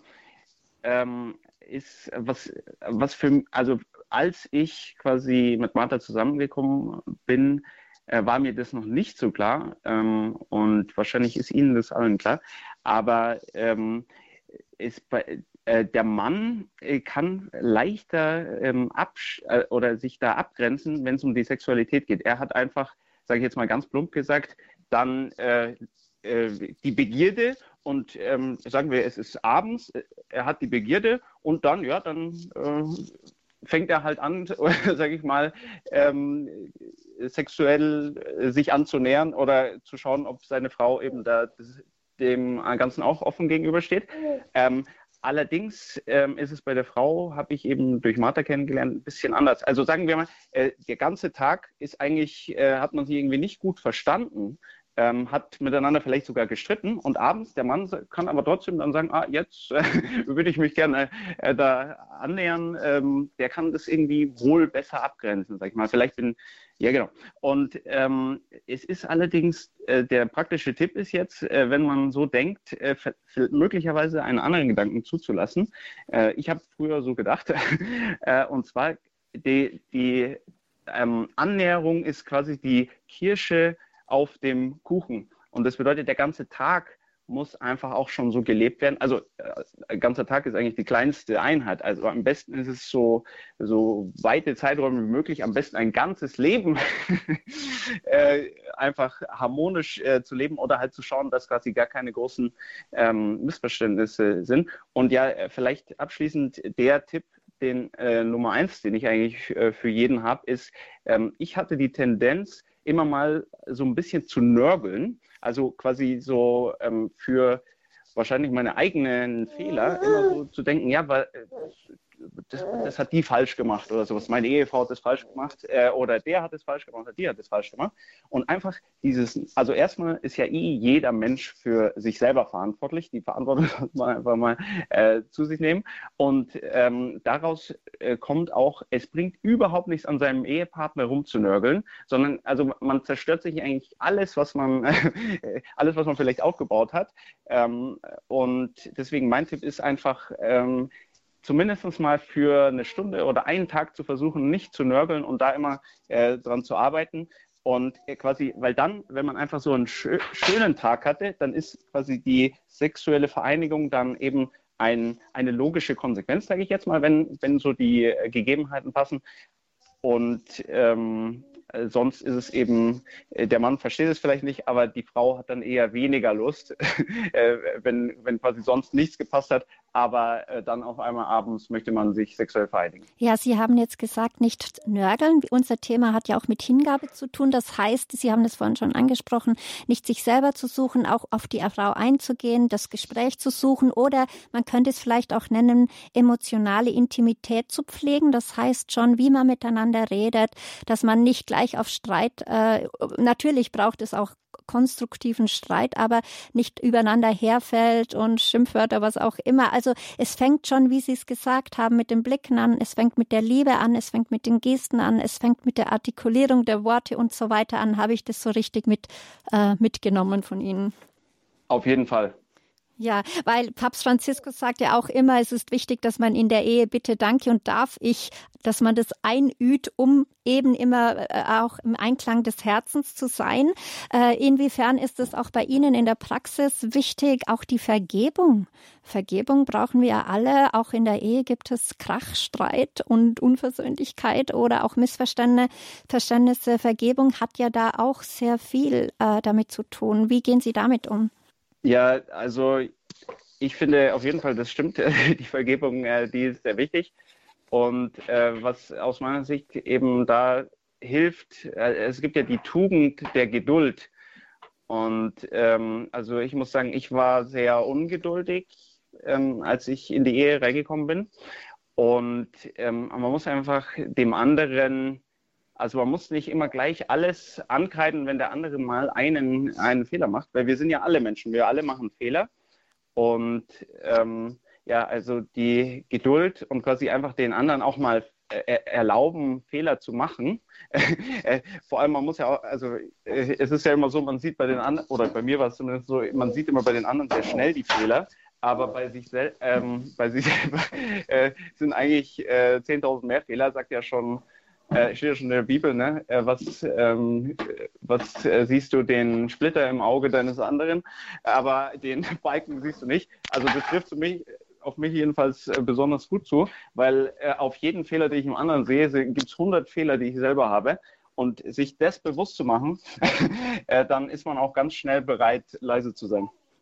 ähm, ist was, was für, also als ich quasi mit Martha zusammengekommen bin, äh, war mir das noch nicht so klar. Ähm, und wahrscheinlich ist Ihnen das allen klar. Aber ähm, ist bei, äh, der Mann äh, kann leichter ähm, absch- äh, oder sich da abgrenzen, wenn es um die Sexualität geht. Er hat einfach, sage ich jetzt mal ganz plump gesagt, dann äh, äh, die Begierde und ähm, sagen wir, es ist abends, äh, er hat die Begierde und dann, ja, dann äh, fängt er halt an, sage ich mal, ähm, sexuell äh, sich anzunähern oder zu schauen, ob seine Frau eben da das, dem Ganzen auch offen gegenübersteht. Ähm, allerdings ähm, ist es bei der Frau, habe ich eben durch Martha kennengelernt, ein bisschen anders. Also sagen wir mal, äh, der ganze Tag ist eigentlich, äh, hat man sich irgendwie nicht gut verstanden, ähm, hat miteinander vielleicht sogar gestritten und abends der Mann kann aber trotzdem dann sagen, ah, jetzt äh, würde ich mich gerne äh, da annähern. Ähm, der kann das irgendwie wohl besser abgrenzen, sag ich mal. Vielleicht bin ja, genau. Und ähm, es ist allerdings, äh, der praktische Tipp ist jetzt, äh, wenn man so denkt, äh, möglicherweise einen anderen Gedanken zuzulassen. Äh, ich habe früher so gedacht, äh, und zwar die, die ähm, Annäherung ist quasi die Kirsche auf dem Kuchen. Und das bedeutet, der ganze Tag muss einfach auch schon so gelebt werden. Also äh, ein ganzer Tag ist eigentlich die kleinste Einheit. Also am besten ist es so, so weite Zeiträume wie möglich, am besten ein ganzes Leben äh, einfach harmonisch äh, zu leben oder halt zu schauen, dass quasi gar keine großen ähm, Missverständnisse sind. Und ja, vielleicht abschließend der Tipp, den äh, Nummer eins, den ich eigentlich äh, für jeden habe, ist, ähm, ich hatte die Tendenz, immer mal so ein bisschen zu nörgeln, also quasi so ähm, für wahrscheinlich meine eigenen Fehler immer so zu denken, ja, weil äh, das, das hat die falsch gemacht oder sowas. Meine Ehefrau hat das falsch gemacht äh, oder der hat es falsch gemacht oder die hat es falsch gemacht. Und einfach dieses, also erstmal ist ja eh jeder Mensch für sich selber verantwortlich. Die Verantwortung muss man einfach mal äh, zu sich nehmen. Und ähm, daraus äh, kommt auch, es bringt überhaupt nichts an seinem Ehepartner rumzunörgeln, sondern also man zerstört sich eigentlich alles, was man, äh, alles, was man vielleicht aufgebaut hat. Ähm, und deswegen mein Tipp ist einfach, ähm, zumindest mal für eine Stunde oder einen Tag zu versuchen, nicht zu nörgeln und da immer äh, dran zu arbeiten. Und äh, quasi, weil dann, wenn man einfach so einen schö- schönen Tag hatte, dann ist quasi die sexuelle Vereinigung dann eben ein, eine logische Konsequenz, sage ich jetzt mal, wenn, wenn so die äh, Gegebenheiten passen. Und ähm, äh, sonst ist es eben, äh, der Mann versteht es vielleicht nicht, aber die Frau hat dann eher weniger Lust, äh, wenn, wenn quasi sonst nichts gepasst hat, aber äh, dann auf einmal abends möchte man sich sexuell vereinigen.
Ja, Sie haben jetzt gesagt, nicht nörgeln. Unser Thema hat ja auch mit Hingabe zu tun. Das heißt, Sie haben das vorhin schon angesprochen, nicht sich selber zu suchen, auch auf die Frau einzugehen, das Gespräch zu suchen oder man könnte es vielleicht auch nennen, emotionale Intimität zu pflegen. Das heißt schon, wie man miteinander redet, dass man nicht gleich auf Streit, äh, natürlich braucht es auch konstruktiven Streit, aber nicht übereinander herfällt und Schimpfwörter, was auch immer. Also es fängt schon, wie Sie es gesagt haben, mit den Blicken an, es fängt mit der Liebe an, es fängt mit den Gesten an, es fängt mit der Artikulierung der Worte und so weiter an. Habe ich das so richtig mit, äh, mitgenommen von Ihnen?
Auf jeden Fall.
Ja, weil Papst Franziskus sagt ja auch immer, es ist wichtig, dass man in der Ehe bitte, danke und darf ich, dass man das einübt, um eben immer äh, auch im Einklang des Herzens zu sein. Äh, inwiefern ist es auch bei Ihnen in der Praxis wichtig, auch die Vergebung? Vergebung brauchen wir ja alle. Auch in der Ehe gibt es Krach, Streit und Unversöhnlichkeit oder auch Missverständnisse. Verständnisse. Vergebung hat ja da auch sehr viel äh, damit zu tun. Wie gehen Sie damit um?
Ja, also ich finde auf jeden Fall, das stimmt, die Vergebung, die ist sehr wichtig. Und äh, was aus meiner Sicht eben da hilft, äh, es gibt ja die Tugend der Geduld. Und ähm, also ich muss sagen, ich war sehr ungeduldig, ähm, als ich in die Ehe reingekommen bin. Und ähm, man muss einfach dem anderen... Also man muss nicht immer gleich alles ankreiden, wenn der andere mal einen, einen Fehler macht, weil wir sind ja alle Menschen, wir alle machen Fehler. Und ähm, ja, also die Geduld und quasi einfach den anderen auch mal äh, erlauben, Fehler zu machen. Vor allem, man muss ja auch, also äh, es ist ja immer so, man sieht bei den anderen, oder bei mir war es zumindest so, man sieht immer bei den anderen sehr schnell die Fehler. Aber bei sich, sel- ähm, bei sich selber äh, sind eigentlich äh, zehntausend mehr Fehler, sagt ja schon, Äh, steht ja schon in der Bibel, ne? Äh, was ähm, was äh, siehst du den Splitter im Auge deines anderen, aber den Balken siehst du nicht. Also das trifft für mich, auf mich jedenfalls äh, besonders gut zu, weil äh, auf jeden Fehler, den ich im anderen sehe, gibt es hundert Fehler, die ich selber habe. Und sich das bewusst zu machen, äh, dann ist man auch ganz schnell bereit, leise zu sein.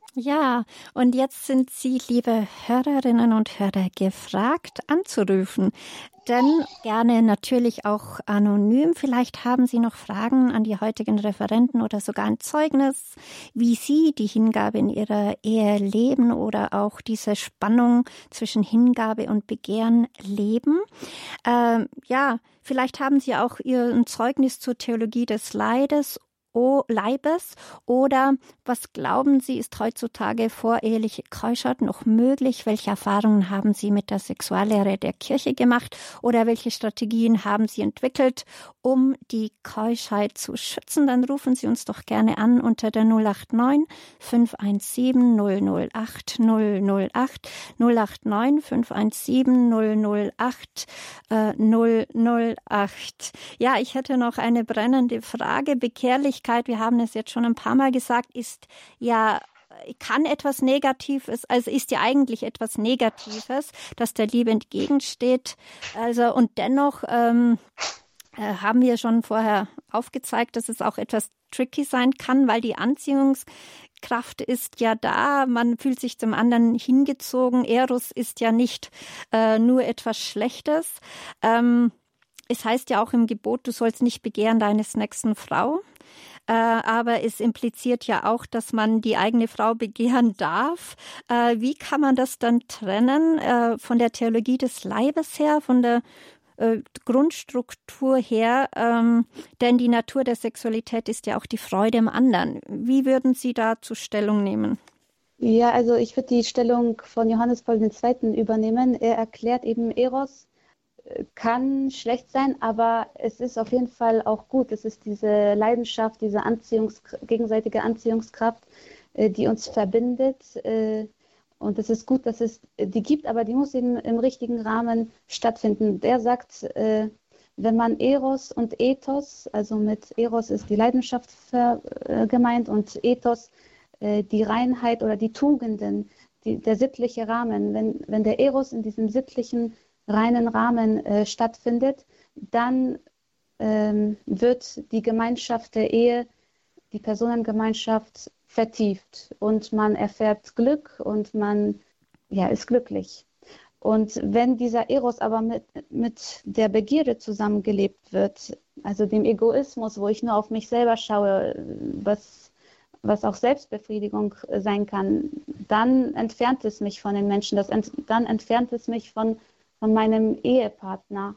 Ja, und jetzt sind Sie, liebe Hörerinnen und Hörer, gefragt anzurufen. Denn gerne natürlich auch anonym. Vielleicht haben Sie noch Fragen an die heutigen Referenten oder sogar ein Zeugnis, wie Sie die Hingabe in Ihrer Ehe leben oder auch diese Spannung zwischen Hingabe und Begehren leben. Ähm, ja, vielleicht haben Sie auch Ihr Zeugnis zur Theologie des Leides O Leibes oder was glauben Sie, ist heutzutage voreheliche Keuschheit noch möglich? Welche Erfahrungen haben Sie mit der Sexuallehre der Kirche gemacht oder welche Strategien haben Sie entwickelt, um die Keuschheit zu schützen? Dann rufen Sie uns doch gerne an unter der null acht neun, fünf eins sieben, null null acht, null null acht, null acht neun, fünf eins sieben, null null acht, äh, null null acht. Ja, ich hätte noch eine brennende Frage. Bekehrlichkeit, wir haben es jetzt schon ein paar Mal gesagt, ist ja, kann etwas Negatives, also ist ja eigentlich etwas Negatives, das der Liebe entgegensteht. Also und dennoch ähm, äh, haben wir schon vorher aufgezeigt, dass es auch etwas tricky sein kann, weil die Anziehungskraft ist ja da, man fühlt sich zum anderen hingezogen. Eros ist ja nicht äh, nur etwas Schlechtes. Ähm, es heißt ja auch im Gebot, du sollst nicht begehren deines nächsten Frau. Äh, aber es impliziert ja auch, dass man die eigene Frau begehren darf. Äh, wie kann man das dann trennen äh, von der Theologie des Leibes her, von der äh, Grundstruktur her? Ähm, denn die Natur der Sexualität ist ja auch die Freude im anderen. Wie würden Sie dazu Stellung nehmen?
Ja, also ich würde die Stellung von Johannes Paul der Zweite übernehmen. Er erklärt eben, Eros kann schlecht sein, aber es ist auf jeden Fall auch gut. Es ist diese Leidenschaft, diese Anziehungs gegenseitige Anziehungskraft, äh, die uns verbindet. Äh, und es ist gut, dass es die gibt, aber die muss eben im richtigen Rahmen stattfinden. Der sagt, äh, wenn man Eros und Ethos, also mit Eros ist die Leidenschaft für, äh, gemeint und Ethos äh, die Reinheit oder die Tugenden, die, der sittliche Rahmen. Wenn, wenn der Eros in diesem sittlichen reinen Rahmen äh, stattfindet, dann ähm, wird die Gemeinschaft der Ehe, die Personengemeinschaft vertieft und man erfährt Glück und man ja, ist glücklich. Und wenn dieser Eros aber mit, mit der Begierde zusammengelebt wird, also dem Egoismus, wo ich nur auf mich selber schaue, was, was auch Selbstbefriedigung sein kann, dann entfernt es mich von den Menschen, das ent, dann entfernt es mich von von meinem Ehepartner.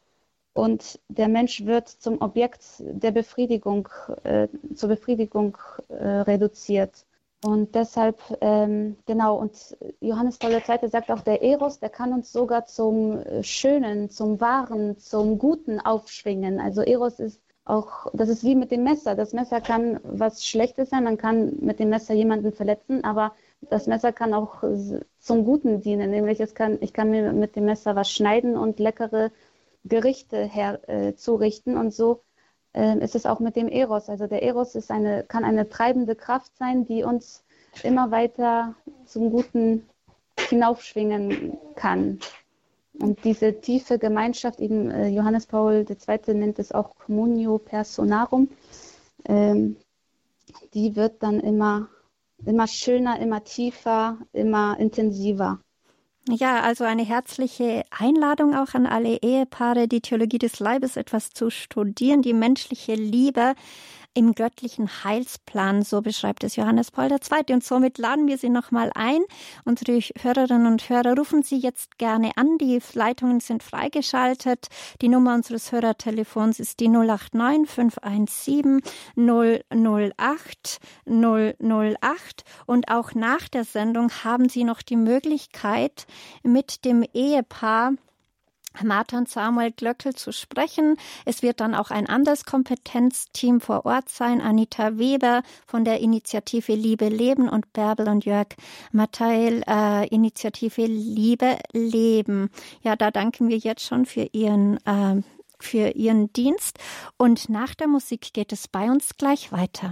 Und der Mensch wird zum Objekt der Befriedigung, äh, zur Befriedigung äh, reduziert. Und deshalb, ähm, genau, und Johannes Paul der Zweite sagt auch, der Eros, der kann uns sogar zum Schönen, zum Wahren, zum Guten aufschwingen. Also Eros ist auch, das ist wie mit dem Messer. Das Messer kann was Schlechtes sein, man kann mit dem Messer jemanden verletzen, aber das Messer kann auch zum Guten dienen, nämlich es kann, ich kann mir mit dem Messer was schneiden und leckere Gerichte her, äh, zurichten und so äh, ist es auch mit dem Eros. Also der Eros ist eine, kann eine treibende Kraft sein, die uns immer weiter zum Guten hinaufschwingen kann. Und diese tiefe Gemeinschaft, eben äh, Johannes Paul der Zweite nennt es auch Communio Personarum, ähm, die wird dann immer immer schöner, immer tiefer, immer intensiver.
Ja, also eine herzliche Einladung auch an alle Ehepaare, die Theologie des Leibes etwas zu studieren, die menschliche Liebe im göttlichen Heilsplan, so beschreibt es Johannes Paul der Zweite. Und somit laden wir Sie nochmal ein. Unsere Hörerinnen und Hörer, rufen Sie jetzt gerne an. Die Leitungen sind freigeschaltet. Die Nummer unseres Hörertelefons ist die null acht neun, fünf eins sieben, null null acht, null null acht. Und auch nach der Sendung haben Sie noch die Möglichkeit, mit dem Ehepaar Martha und Samuel Glöckl zu sprechen. Es wird dann auch ein anderes Kompetenzteam vor Ort sein. Anita Weber von der Initiative Liebe Leben und Bärbel und Jörg Mattheil, äh, Initiative Liebe Leben. Ja, da danken wir jetzt schon für Ihren, äh, für Ihren Dienst. Und nach der Musik geht es bei uns gleich weiter.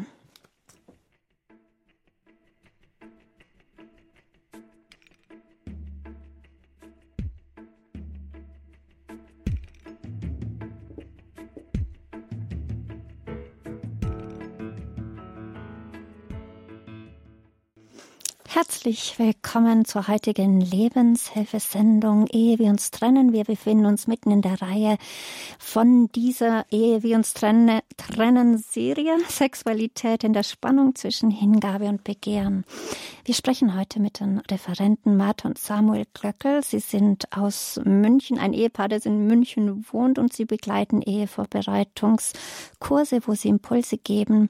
Herzlich willkommen zur heutigen Lebenshilfesendung Ehe wir uns trennen. Wir befinden uns mitten in der Reihe von dieser Ehe wir uns trennen, trennen Serie Sexualität in der Spannung zwischen Hingabe und Begehren. Wir sprechen heute mit den Referenten Martha und Samuel Glöckel. Sie sind aus München, ein Ehepaar, das in München wohnt, und sie begleiten Ehevorbereitungskurse, wo sie Impulse geben.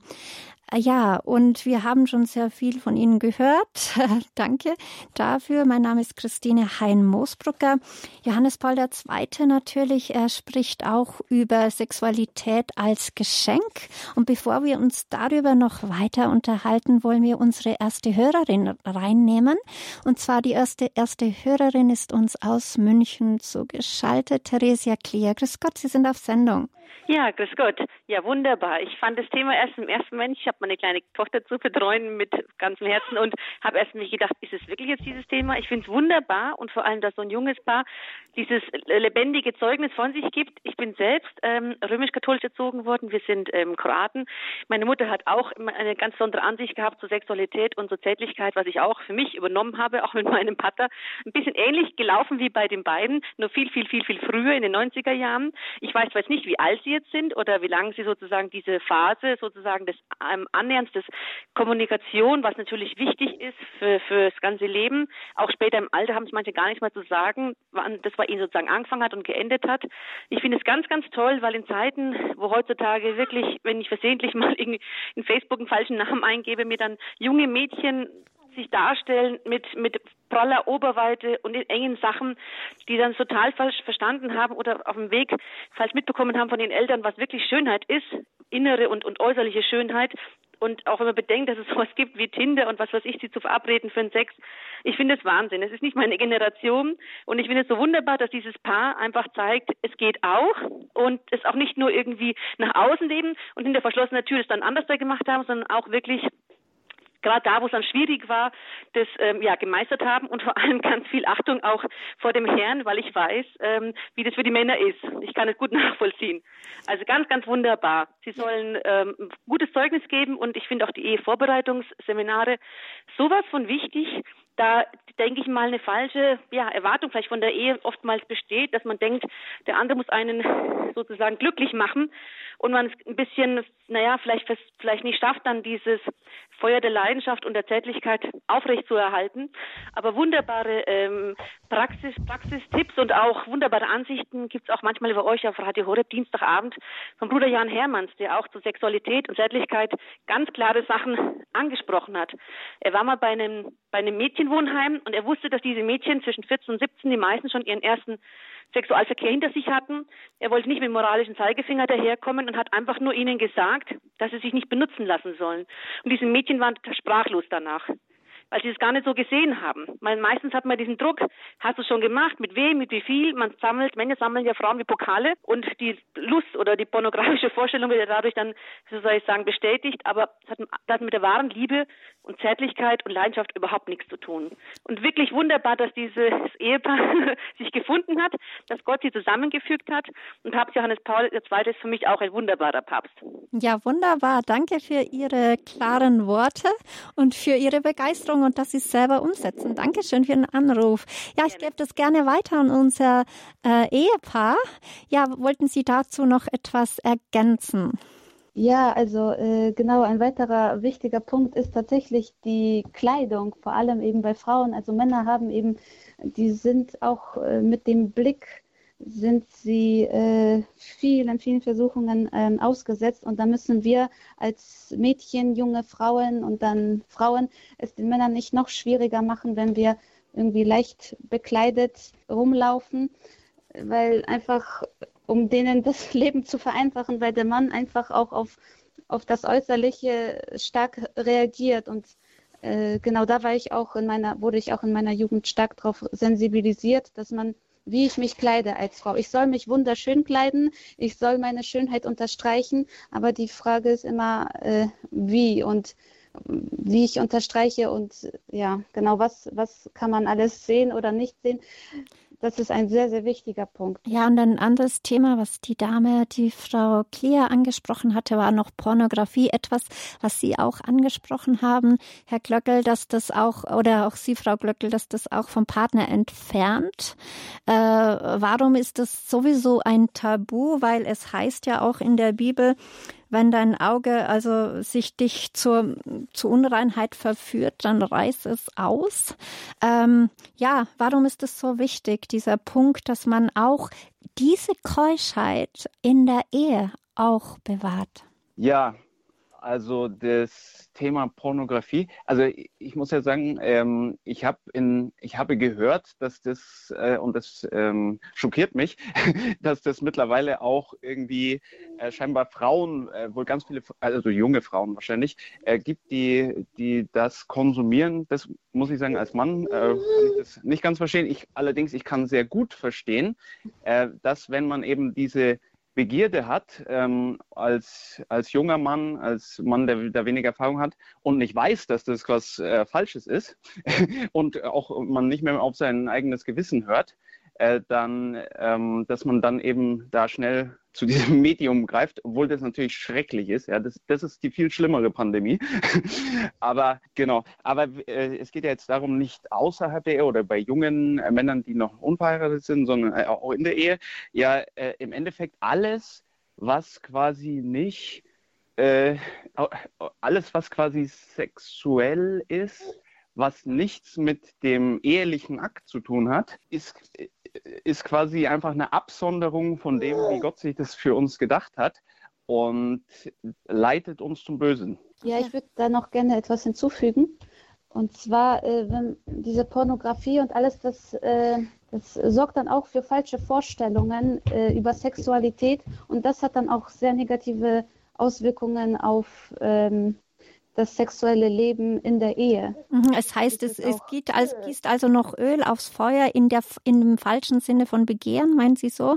Ja, und wir haben schon sehr viel von Ihnen gehört. Danke dafür. Mein Name ist Christine Hein-Moosbrucker. Johannes Paul der Zweite natürlich, er spricht auch über Sexualität als Geschenk. Und bevor wir uns darüber noch weiter unterhalten, wollen wir unsere erste Hörerin reinnehmen. Und zwar die erste, erste Hörerin ist uns aus München zugeschaltet, Theresia Klier. Grüß Gott, Sie sind auf Sendung.
Ja, grüß Gott. Ja, wunderbar. Ich fand das Thema erst im ersten Moment, ich habe meine kleine Tochter zu betreuen mit ganzem Herzen und habe erst mich gedacht, ist es wirklich jetzt dieses Thema? Ich finde es wunderbar und vor allem, dass so ein junges Paar dieses lebendige Zeugnis von sich gibt. Ich bin selbst ähm, römisch-katholisch erzogen worden. Wir sind ähm, Kroaten. Meine Mutter hat auch immer eine ganz besondere Ansicht gehabt zur Sexualität und zur Zärtlichkeit, was ich auch für mich übernommen habe, auch mit meinem Pater. Ein bisschen ähnlich gelaufen wie bei den beiden, nur viel, viel, viel, viel früher in den neunziger Jahren. Ich weiß zwar jetzt nicht, wie alt sie jetzt sind oder wie lange sie sozusagen diese Phase sozusagen des ähm, Annäherns, des Kommunikation, was natürlich wichtig ist für, für das ganze Leben. Auch später im Alter haben es manche gar nichts mehr zu sagen, wann das bei ihnen sozusagen angefangen hat und geendet hat. Ich finde es ganz, ganz toll, weil in Zeiten, wo heutzutage wirklich, wenn ich versehentlich mal irgendwie in Facebook einen falschen Namen eingebe, mir dann junge Mädchen sich darstellen mit mit praller Oberweite und in engen Sachen, die dann total falsch verstanden haben oder auf dem Weg falsch mitbekommen haben von den Eltern, was wirklich Schönheit ist, innere und, und äußerliche Schönheit. Und auch wenn man bedenkt, dass es sowas gibt wie Tinder und was weiß ich, sie zu verabreden für einen Sex. Ich finde es Wahnsinn. Es ist nicht meine Generation. Und ich finde es so wunderbar, dass dieses Paar einfach zeigt, es geht auch. Und es auch nicht nur irgendwie nach außen leben und hinter verschlossener Tür es dann anders da gemacht haben, sondern auch wirklich gerade da, wo es dann schwierig war, das ähm, ja gemeistert haben und vor allem ganz viel Achtung auch vor dem Herrn, weil ich weiß, ähm, wie das für die Männer ist. Ich kann es gut nachvollziehen. Also ganz, ganz wunderbar. Sie sollen ähm, ein gutes Zeugnis geben und ich finde auch die Ehevorbereitungsseminare sowas von wichtig. Da denke ich mal eine falsche ja, Erwartung vielleicht von der Ehe oftmals besteht, dass man denkt, der andere muss einen sozusagen glücklich machen und man es ein bisschen, naja, vielleicht vielleicht nicht schafft, dann dieses Feuer der Leidenschaft und der Zärtlichkeit aufrechtzuerhalten. Aber wunderbare ähm, Praxis, Praxistipps und auch wunderbare Ansichten gibt es auch manchmal über euch auf Radio Horeb Dienstagabend von Bruder Jan Hermanns, der auch zur Sexualität und Zärtlichkeit ganz klare Sachen angesprochen hat. Er war mal bei einem bei einem Mädchenwohnheim und er wusste, dass diese Mädchen zwischen vierzehn und siebzehn die meisten schon ihren ersten Sexualverkehr hinter sich hatten. Er wollte nicht mit dem moralischen Zeigefinger daherkommen und hat einfach nur ihnen gesagt, dass sie sich nicht benutzen lassen sollen. Und diese Mädchen waren sprachlos danach, weil sie es gar nicht so gesehen haben. Weil meistens hat man diesen Druck, hast du schon gemacht, mit wem, mit wie viel, man sammelt, Männer sammeln ja Frauen wie Pokale und die Lust oder die pornografische Vorstellung wird ja dadurch dann, so soll ich sagen, bestätigt, aber das hat, das hat mit der wahren Liebe und Zärtlichkeit und Leidenschaft überhaupt nichts zu tun. Und wirklich wunderbar, dass dieses Ehepaar sich gefunden hat, dass Gott sie zusammengefügt hat und Papst Johannes Paul der Zweite ist für mich auch ein wunderbarer Papst.
Ja, wunderbar. Danke für Ihre klaren Worte und für Ihre Begeisterung und dass Sie es selber umsetzen. Dankeschön für den Anruf. Ja, ich gebe das gerne weiter an unser äh, Ehepaar. Ja, wollten Sie dazu noch etwas ergänzen?
Ja, also äh, genau, ein weiterer wichtiger Punkt ist tatsächlich die Kleidung, vor allem eben bei Frauen. Also Männer haben eben, die sind auch äh, mit dem Blick, sind sie äh, vielen, vielen Versuchungen ähm, ausgesetzt und da müssen wir als Mädchen, junge Frauen und dann Frauen es den Männern nicht noch schwieriger machen, wenn wir irgendwie leicht bekleidet rumlaufen, weil einfach um denen das Leben zu vereinfachen, weil der Mann einfach auch auf, auf das Äußerliche stark reagiert und äh, genau da war ich auch in meiner, wurde ich auch in meiner Jugend stark darauf sensibilisiert, dass man, wie ich mich kleide als Frau. Ich soll mich wunderschön kleiden, ich soll meine Schönheit unterstreichen, aber die Frage ist immer, äh, wie und wie ich unterstreiche und ja, genau, was, was kann man alles sehen oder nicht sehen. das ist ein sehr, sehr wichtiger Punkt.
Ja, und ein anderes Thema, was die Dame, die Frau Clea angesprochen hatte, war noch Pornografie. Etwas, was Sie auch angesprochen haben, Herr Glöckel, dass das auch, oder auch Sie, Frau Glöckel, dass das auch vom Partner entfernt. Äh, warum ist das sowieso ein Tabu? Weil es heißt ja auch in der Bibel, wenn dein Auge also sich dich zur, zur Unreinheit verführt, dann reiß es aus. Ähm, ja, warum ist es so wichtig, dieser Punkt, dass man auch diese Keuschheit in der Ehe auch bewahrt?
Ja, also das Thema Pornografie, also ich muss ja sagen, ähm, ich habe in, ich habe gehört, dass das, äh, und das ähm, schockiert mich, dass das mittlerweile auch irgendwie äh, scheinbar Frauen, äh, wohl ganz viele, also junge Frauen wahrscheinlich, äh, gibt, die, die das konsumieren. Das muss ich sagen, als Mann äh, kann ich das nicht ganz verstehen. Ich allerdings, ich kann sehr gut verstehen, äh, dass wenn man eben diese Begierde hat, ähm, als, als junger Mann, als Mann, der, der weniger Erfahrung hat und nicht weiß, dass das was äh, Falsches ist und auch man nicht mehr auf sein eigenes Gewissen hört, äh, dann, ähm, dass man dann eben da schnell zu diesem Medium greift, obwohl das natürlich schrecklich ist. Ja, das, das ist die viel schlimmere Pandemie. aber genau, aber äh, es geht ja jetzt darum, nicht außerhalb der Ehe oder bei jungen äh, Männern, die noch unverheiratet sind, sondern äh, auch in der Ehe, ja, äh, im Endeffekt alles, was quasi nicht, äh, alles, was quasi sexuell ist, was nichts mit dem ehelichen Akt zu tun hat, ist, ist quasi einfach eine Absonderung von dem, wie Gott sich das für uns gedacht hat und leitet uns zum Bösen.
Ja, ich würde da noch gerne etwas hinzufügen. Und zwar, äh, wenn diese Pornografie und alles, das, äh, das sorgt dann auch für falsche Vorstellungen äh, über Sexualität. Und das hat dann auch sehr negative Auswirkungen auf ähm, das sexuelle Leben in der Ehe.
Es heißt, es, es geht, als, gießt also noch Öl aufs Feuer in, der, in dem falschen Sinne von Begehren, meinen Sie so?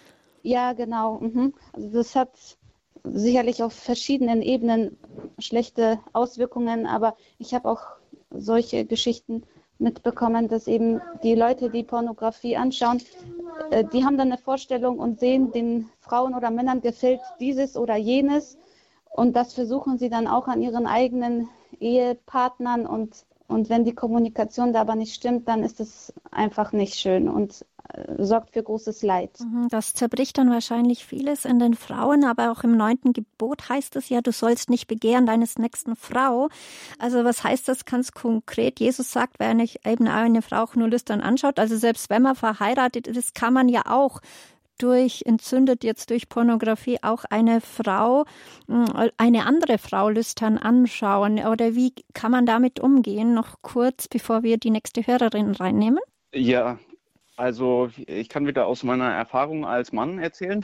Ja, genau. Mhm. Also das hat sicherlich auf verschiedenen Ebenen schlechte Auswirkungen, aber ich habe auch solche Geschichten mitbekommen, dass eben die Leute, die Pornografie anschauen, äh, die haben dann eine Vorstellung und sehen, den Frauen oder Männern gefällt dieses oder jenes. Und das versuchen sie dann auch an ihren eigenen Ehepartnern. Und, und wenn die Kommunikation da aber nicht stimmt, dann ist es einfach nicht schön und äh, sorgt für großes Leid.
Das zerbricht dann wahrscheinlich vieles in den Frauen, aber auch im neunten Gebot heißt es ja, du sollst nicht begehren deines nächsten Frau. Also was heißt das ganz konkret? Jesus sagt, wer nicht eben eine Frau auch nur lüstern anschaut, also selbst wenn man verheiratet ist, kann man ja auch durch, entzündet jetzt durch Pornografie auch eine Frau, eine andere Frau lüstern anschauen? Oder wie kann man damit umgehen? Noch kurz, bevor wir die nächste Hörerin reinnehmen.
Ja, also ich kann wieder aus meiner Erfahrung als Mann erzählen.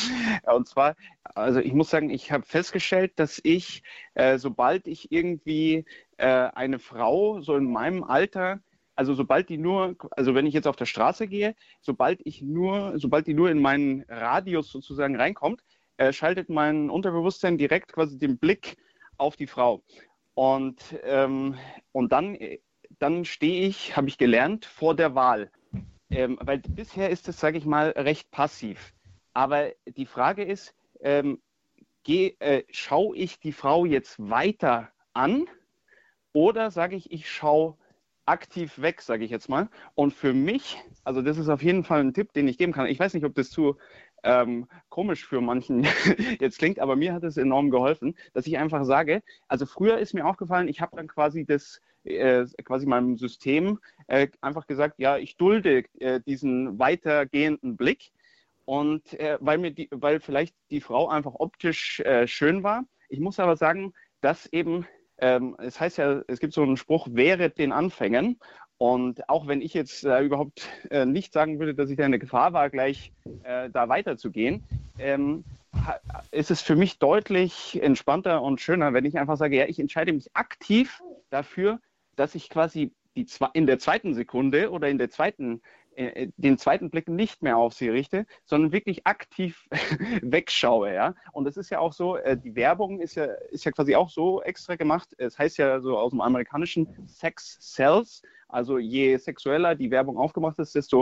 Und zwar, also ich muss sagen, ich habe festgestellt, dass ich, äh, sobald ich irgendwie äh, eine Frau so in meinem Alter, also sobald die nur, also wenn ich jetzt auf der Straße gehe, sobald ich nur, sobald die nur in meinen Radius sozusagen reinkommt, äh, schaltet mein Unterbewusstsein direkt quasi den Blick auf die Frau. Und, ähm, und dann, dann stehe ich, habe ich gelernt, vor der Wahl. Ähm, weil bisher ist es, sage ich mal, recht passiv. Aber die Frage ist, ähm, geh, äh, schaue ich die Frau jetzt weiter an oder sage ich, ich schaue aktiv weg, sage ich jetzt mal. Und für mich, also das ist auf jeden Fall ein Tipp, den ich geben kann. Ich weiß nicht, ob das zu ähm, komisch für manchen jetzt klingt, aber mir hat es enorm geholfen, dass ich einfach sage, also früher ist mir aufgefallen, ich habe dann quasi das, äh, quasi meinem System äh, einfach gesagt, ja, ich dulde äh, diesen weitergehenden Blick und äh, weil mir die, weil vielleicht die Frau einfach optisch äh, schön war. Ich muss aber sagen, dass eben Ähm, es heißt ja, es gibt so einen Spruch, wehret den Anfängen. Und auch wenn ich jetzt äh, überhaupt äh, nicht sagen würde, dass ich da in der Gefahr war, gleich äh, da weiterzugehen, ähm, ist es für mich deutlich entspannter und schöner, wenn ich einfach sage, ja, ich entscheide mich aktiv dafür, dass ich quasi die, in der zweiten Sekunde oder in der zweiten den zweiten Blick nicht mehr auf sie richte, sondern wirklich aktiv wegschaue. Ja? Und das ist ja auch so, die Werbung ist ja, ist ja quasi auch so extra gemacht. Es heißt ja so aus dem Amerikanischen Sex sells. Also je sexueller die Werbung aufgemacht ist, desto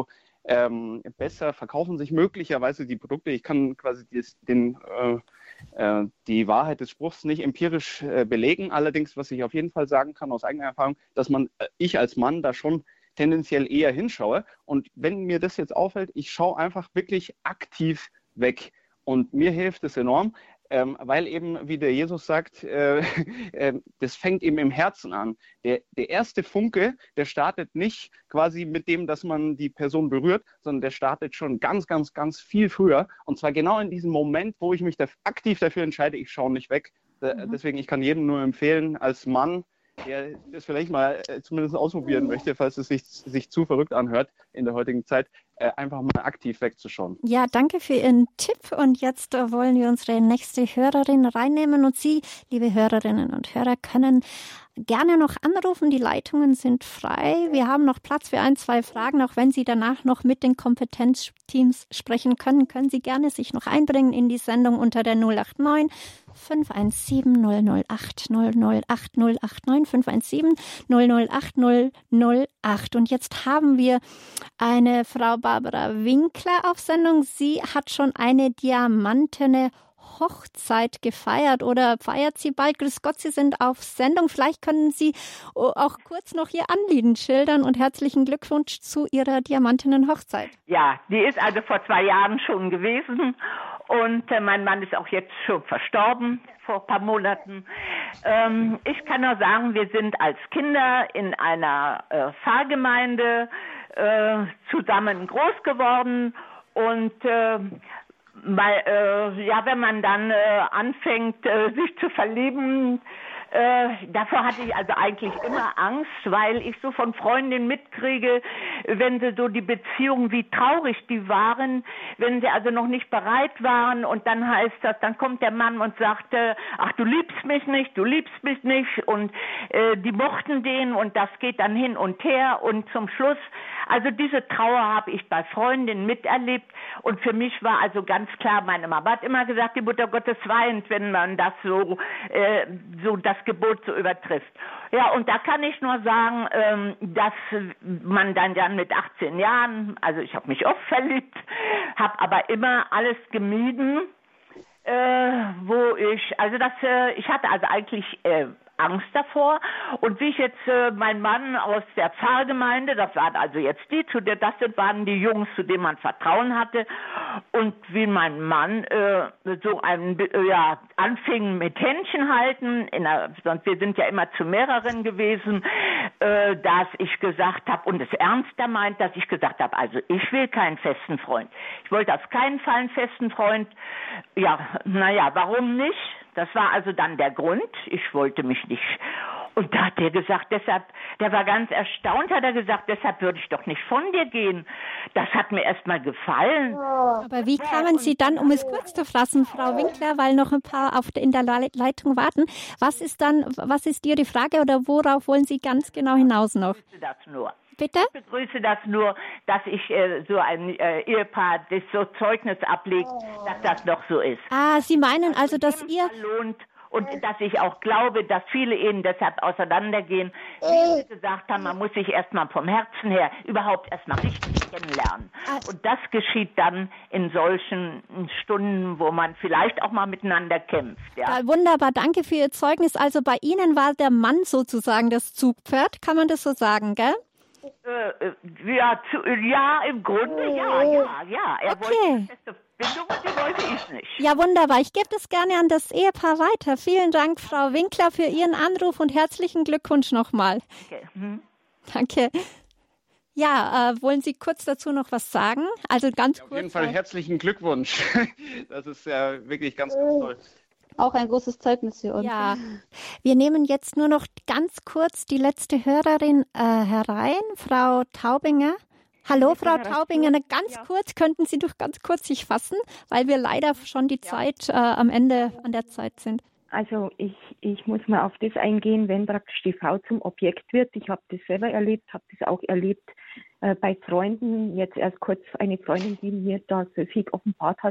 ähm, besser, verkaufen sich möglicherweise die Produkte. Ich kann quasi des, den, äh, äh, die Wahrheit des Spruchs nicht empirisch äh, belegen. Allerdings, was ich auf jeden Fall sagen kann aus eigener Erfahrung, dass man, äh, ich als Mann da schon tendenziell eher hinschaue. Und wenn mir das jetzt auffällt, ich schaue einfach wirklich aktiv weg. Und mir hilft es enorm, ähm, weil eben, wie der Jesus sagt, äh, äh, das fängt eben im Herzen an. Der, der erste Funke, der startet nicht quasi mit dem, dass man die Person berührt, sondern der startet schon ganz, ganz, ganz viel früher. Und zwar genau in diesem Moment, wo ich mich da aktiv dafür entscheide, ich schaue nicht weg. Mhm. Deswegen, ich kann jedem nur empfehlen, als Mann, der das vielleicht mal äh, zumindest ausprobieren möchte, falls es sich, sich zu verrückt anhört in der heutigen Zeit, äh, einfach mal aktiv wegzuschauen.
Ja, danke für Ihren Tipp. Und jetzt äh, wollen wir unsere nächste Hörerin reinnehmen. Und Sie, liebe Hörerinnen und Hörer, können gerne noch anrufen. Die Leitungen sind frei. Wir haben noch Platz für ein, zwei Fragen. Auch wenn Sie danach noch mit den Kompetenzteams sprechen können, können Sie gerne sich noch einbringen in die Sendung unter der null acht neun fünf eins sieben null null acht null null acht null acht neun fünf eins sieben null null acht null null acht. Und jetzt haben wir eine Frau Barbara Winkler auf Sendung. Sie hat schon eine diamantene Hochzeit gefeiert oder feiert sie bald? Grüß Gott, Sie sind auf Sendung. Vielleicht können Sie auch kurz noch Ihr Anliegen schildern und herzlichen Glückwunsch zu Ihrer diamantenen Hochzeit.
Ja, die ist also vor zwei Jahren schon gewesen und äh, mein Mann ist auch jetzt schon verstorben vor ein paar Monaten. Ähm, ich kann nur sagen, wir sind als Kinder in einer äh, Pfarrgemeinde äh, zusammen groß geworden und äh, Weil, äh, ja, wenn man dann äh, anfängt, äh, sich zu verlieben, äh, davor hatte ich also eigentlich immer Angst, weil ich so von Freundinnen mitkriege, wenn sie so die Beziehungen, wie traurig die waren, wenn sie also noch nicht bereit waren und dann heißt das, dann kommt der Mann und sagt, äh, ach, du liebst mich nicht, du liebst mich nicht und äh, die mochten den und das geht dann hin und her und zum Schluss, also diese Trauer habe ich bei Freundinnen miterlebt und für mich war also ganz klar, meine Mama hat immer gesagt, die Mutter Gottes weint, wenn man das so, äh, so das Gebot so übertrifft. Ja, und da kann ich nur sagen, ähm, dass man dann, dann mit achtzehn Jahren, also ich habe mich oft verliebt, habe aber immer alles gemieden, äh, wo ich, also das, äh, ich hatte also eigentlich äh, Angst davor. Und wie ich jetzt äh, mein Mann aus der Pfarrgemeinde, das waren also jetzt die, zu der das waren die Jungs, zu denen man Vertrauen hatte, und wie mein Mann äh, so ein äh, ja anfing mit Händchen halten, in der, sonst wir sind ja immer zu mehreren gewesen, äh, dass ich gesagt habe und es ernster meint, dass ich gesagt habe, also ich will keinen festen Freund. Ich wollte auf keinen Fall einen festen Freund. Ja, naja, warum nicht? Das war also dann der Grund. Ich wollte mich nicht. Und da hat er gesagt, deshalb, der war ganz erstaunt, hat er gesagt, deshalb würde ich doch nicht von dir gehen. Das hat mir erstmal gefallen.
Aber wie kamen Sie dann, um es kurz zu fassen, Frau Winkler, weil noch ein paar auf der, in der Leitung warten, was ist dann, was ist Ihre Frage oder worauf wollen Sie ganz genau hinaus noch?
Ich begrüße das nur.
Bitte?
Ich begrüße das nur, dass ich äh, so ein äh, Ehepaar, das so Zeugnis ablegt, dass das doch so ist.
Ah, Sie meinen also, dass ihr...
Lohnt und dass ich auch glaube, dass viele Ehen deshalb auseinandergehen, wie Sie gesagt haben, man muss sich erstmal vom Herzen her überhaupt erstmal richtig kennenlernen. Und das geschieht dann in solchen Stunden, wo man vielleicht auch mal miteinander kämpft. Ja.
Ja, wunderbar, danke für Ihr Zeugnis. Also bei Ihnen war der Mann sozusagen das Zugpferd, kann man das so sagen, gell?
Äh, ja, zu, ja, im Grunde ja, ja, ja. Er
okay.
wollte eine feste Bindung und die wollte ich nicht.
Ja, wunderbar. Ich gebe das gerne an das Ehepaar weiter. Vielen Dank, Frau Winkler, für Ihren Anruf und herzlichen Glückwunsch nochmal.
Okay. Hm.
Danke. Ja, äh, wollen Sie kurz dazu noch was sagen? Also ganz
ja, auf
kurz.
Auf jeden Fall herzlichen Glückwunsch. Das ist ja wirklich ganz, ganz toll.
Auch ein großes Zeugnis für uns.
Ja, wir nehmen jetzt nur noch ganz kurz die letzte Hörerin äh, herein, Frau Taubinger. Hallo, Frau Taubinger, ganz ja. kurz, könnten Sie doch ganz kurz sich fassen, weil wir leider schon die ja. Zeit äh, am Ende an der Zeit sind.
Also ich, ich muss mal auf das eingehen, wenn praktisch die Frau zum Objekt wird. Ich habe das selber erlebt, habe das auch erlebt äh, bei Freunden. Jetzt erst kurz eine Freundin, die mir da für sich offenbart hat.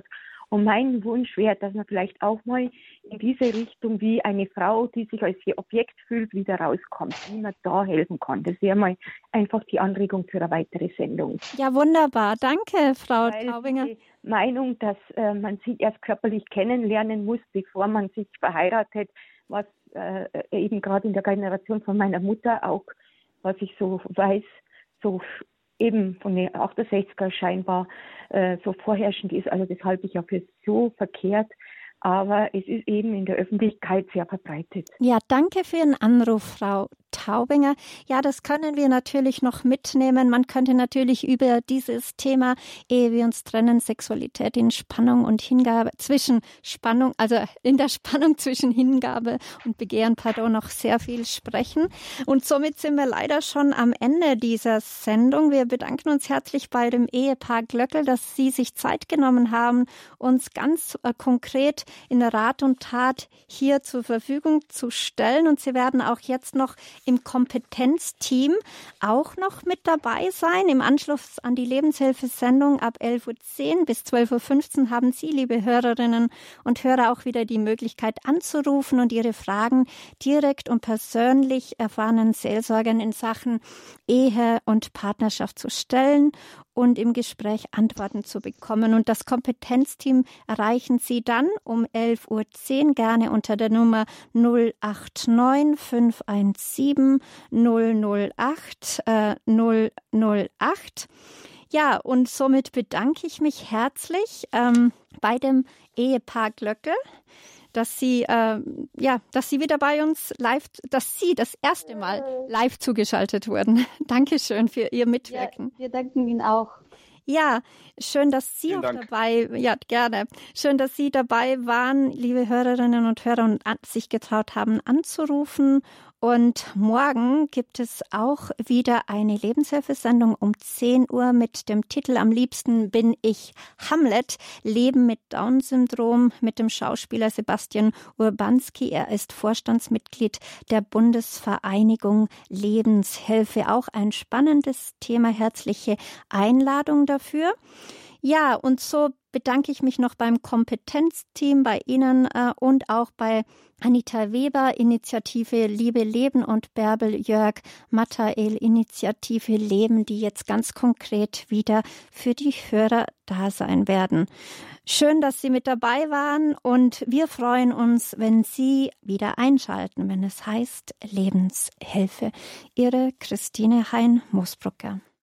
Und mein Wunsch wäre, dass man vielleicht auch mal in diese Richtung, wie eine Frau, die sich als ihr Objekt fühlt, wieder rauskommt, wie man da helfen kann. Das wäre mal einfach die Anregung für eine weitere Sendung.
Ja, wunderbar. Danke, Frau
Weil
Taubinger.
die Meinung, dass äh, man sich erst körperlich kennenlernen muss, bevor man sich verheiratet, was äh, eben gerade in der Generation von meiner Mutter auch, was ich so weiß, so eben von den achtundsechziger scheinbar äh, so vorherrschend ist. Also das halte ich ja für so verkehrt. Aber es ist eben in der Öffentlichkeit sehr verbreitet.
Ja, danke für Ihren Anruf, Frau Taubinger. Ja, das können wir natürlich noch mitnehmen. Man könnte natürlich über dieses Thema, ehe wir uns trennen, Sexualität in Spannung und Hingabe, zwischen Spannung, also in der Spannung zwischen Hingabe und Begehren, pardon, noch sehr viel sprechen. Und somit sind wir leider schon am Ende dieser Sendung. Wir bedanken uns herzlich bei dem Ehepaar Glöckl, dass Sie sich Zeit genommen haben, uns ganz äh, konkret in Rat und Tat hier zur Verfügung zu stellen. Und Sie werden auch jetzt noch im Kompetenzteam auch noch mit dabei sein. Im Anschluss an die Lebenshilfesendung ab elf Uhr zehn bis zwölf Uhr fünfzehn haben Sie, liebe Hörerinnen und Hörer, auch wieder die Möglichkeit anzurufen und Ihre Fragen direkt und persönlich erfahrenen Seelsorgern in Sachen Ehe und Partnerschaft zu stellen und im Gespräch Antworten zu bekommen. Und das Kompetenzteam erreichen Sie dann um elf Uhr zehn gerne unter der Nummer null acht neun fünf eins sieben null null acht äh, null null acht. Ja, und somit bedanke ich mich herzlich ähm, bei dem Ehepaar Glöckl, dass Sie, äh, ja, dass Sie wieder bei uns live, dass Sie das erste Mal live zugeschaltet wurden. Dankeschön für Ihr Mitwirken.
Ja, wir danken Ihnen auch.
Ja, schön, dass Sie
Vielen
auch
Dank.
dabei, ja, gerne. Schön, dass Sie dabei waren, liebe Hörerinnen und Hörer, und an, sich getraut haben, anzurufen. Und morgen gibt es auch wieder eine Lebenshilfesendung um zehn Uhr mit dem Titel Am liebsten bin ich Hamlet, Leben mit Down-Syndrom, mit dem Schauspieler Sebastian Urbanski. Er ist Vorstandsmitglied der Bundesvereinigung Lebenshilfe. Auch ein spannendes Thema, herzliche Einladung dafür. Ja, und so bedanke ich mich noch beim Kompetenzteam, bei Ihnen äh, und auch bei Anita Weber, Initiative Liebe Leben, und Bärbel Jörg, Mathael, Initiative Leben, die jetzt ganz konkret wieder für die Hörer da sein werden. Schön, dass Sie mit dabei waren, und wir freuen uns, wenn Sie wieder einschalten, wenn es heißt Lebenshilfe. Ihre Christine Hein-Moosbrucker.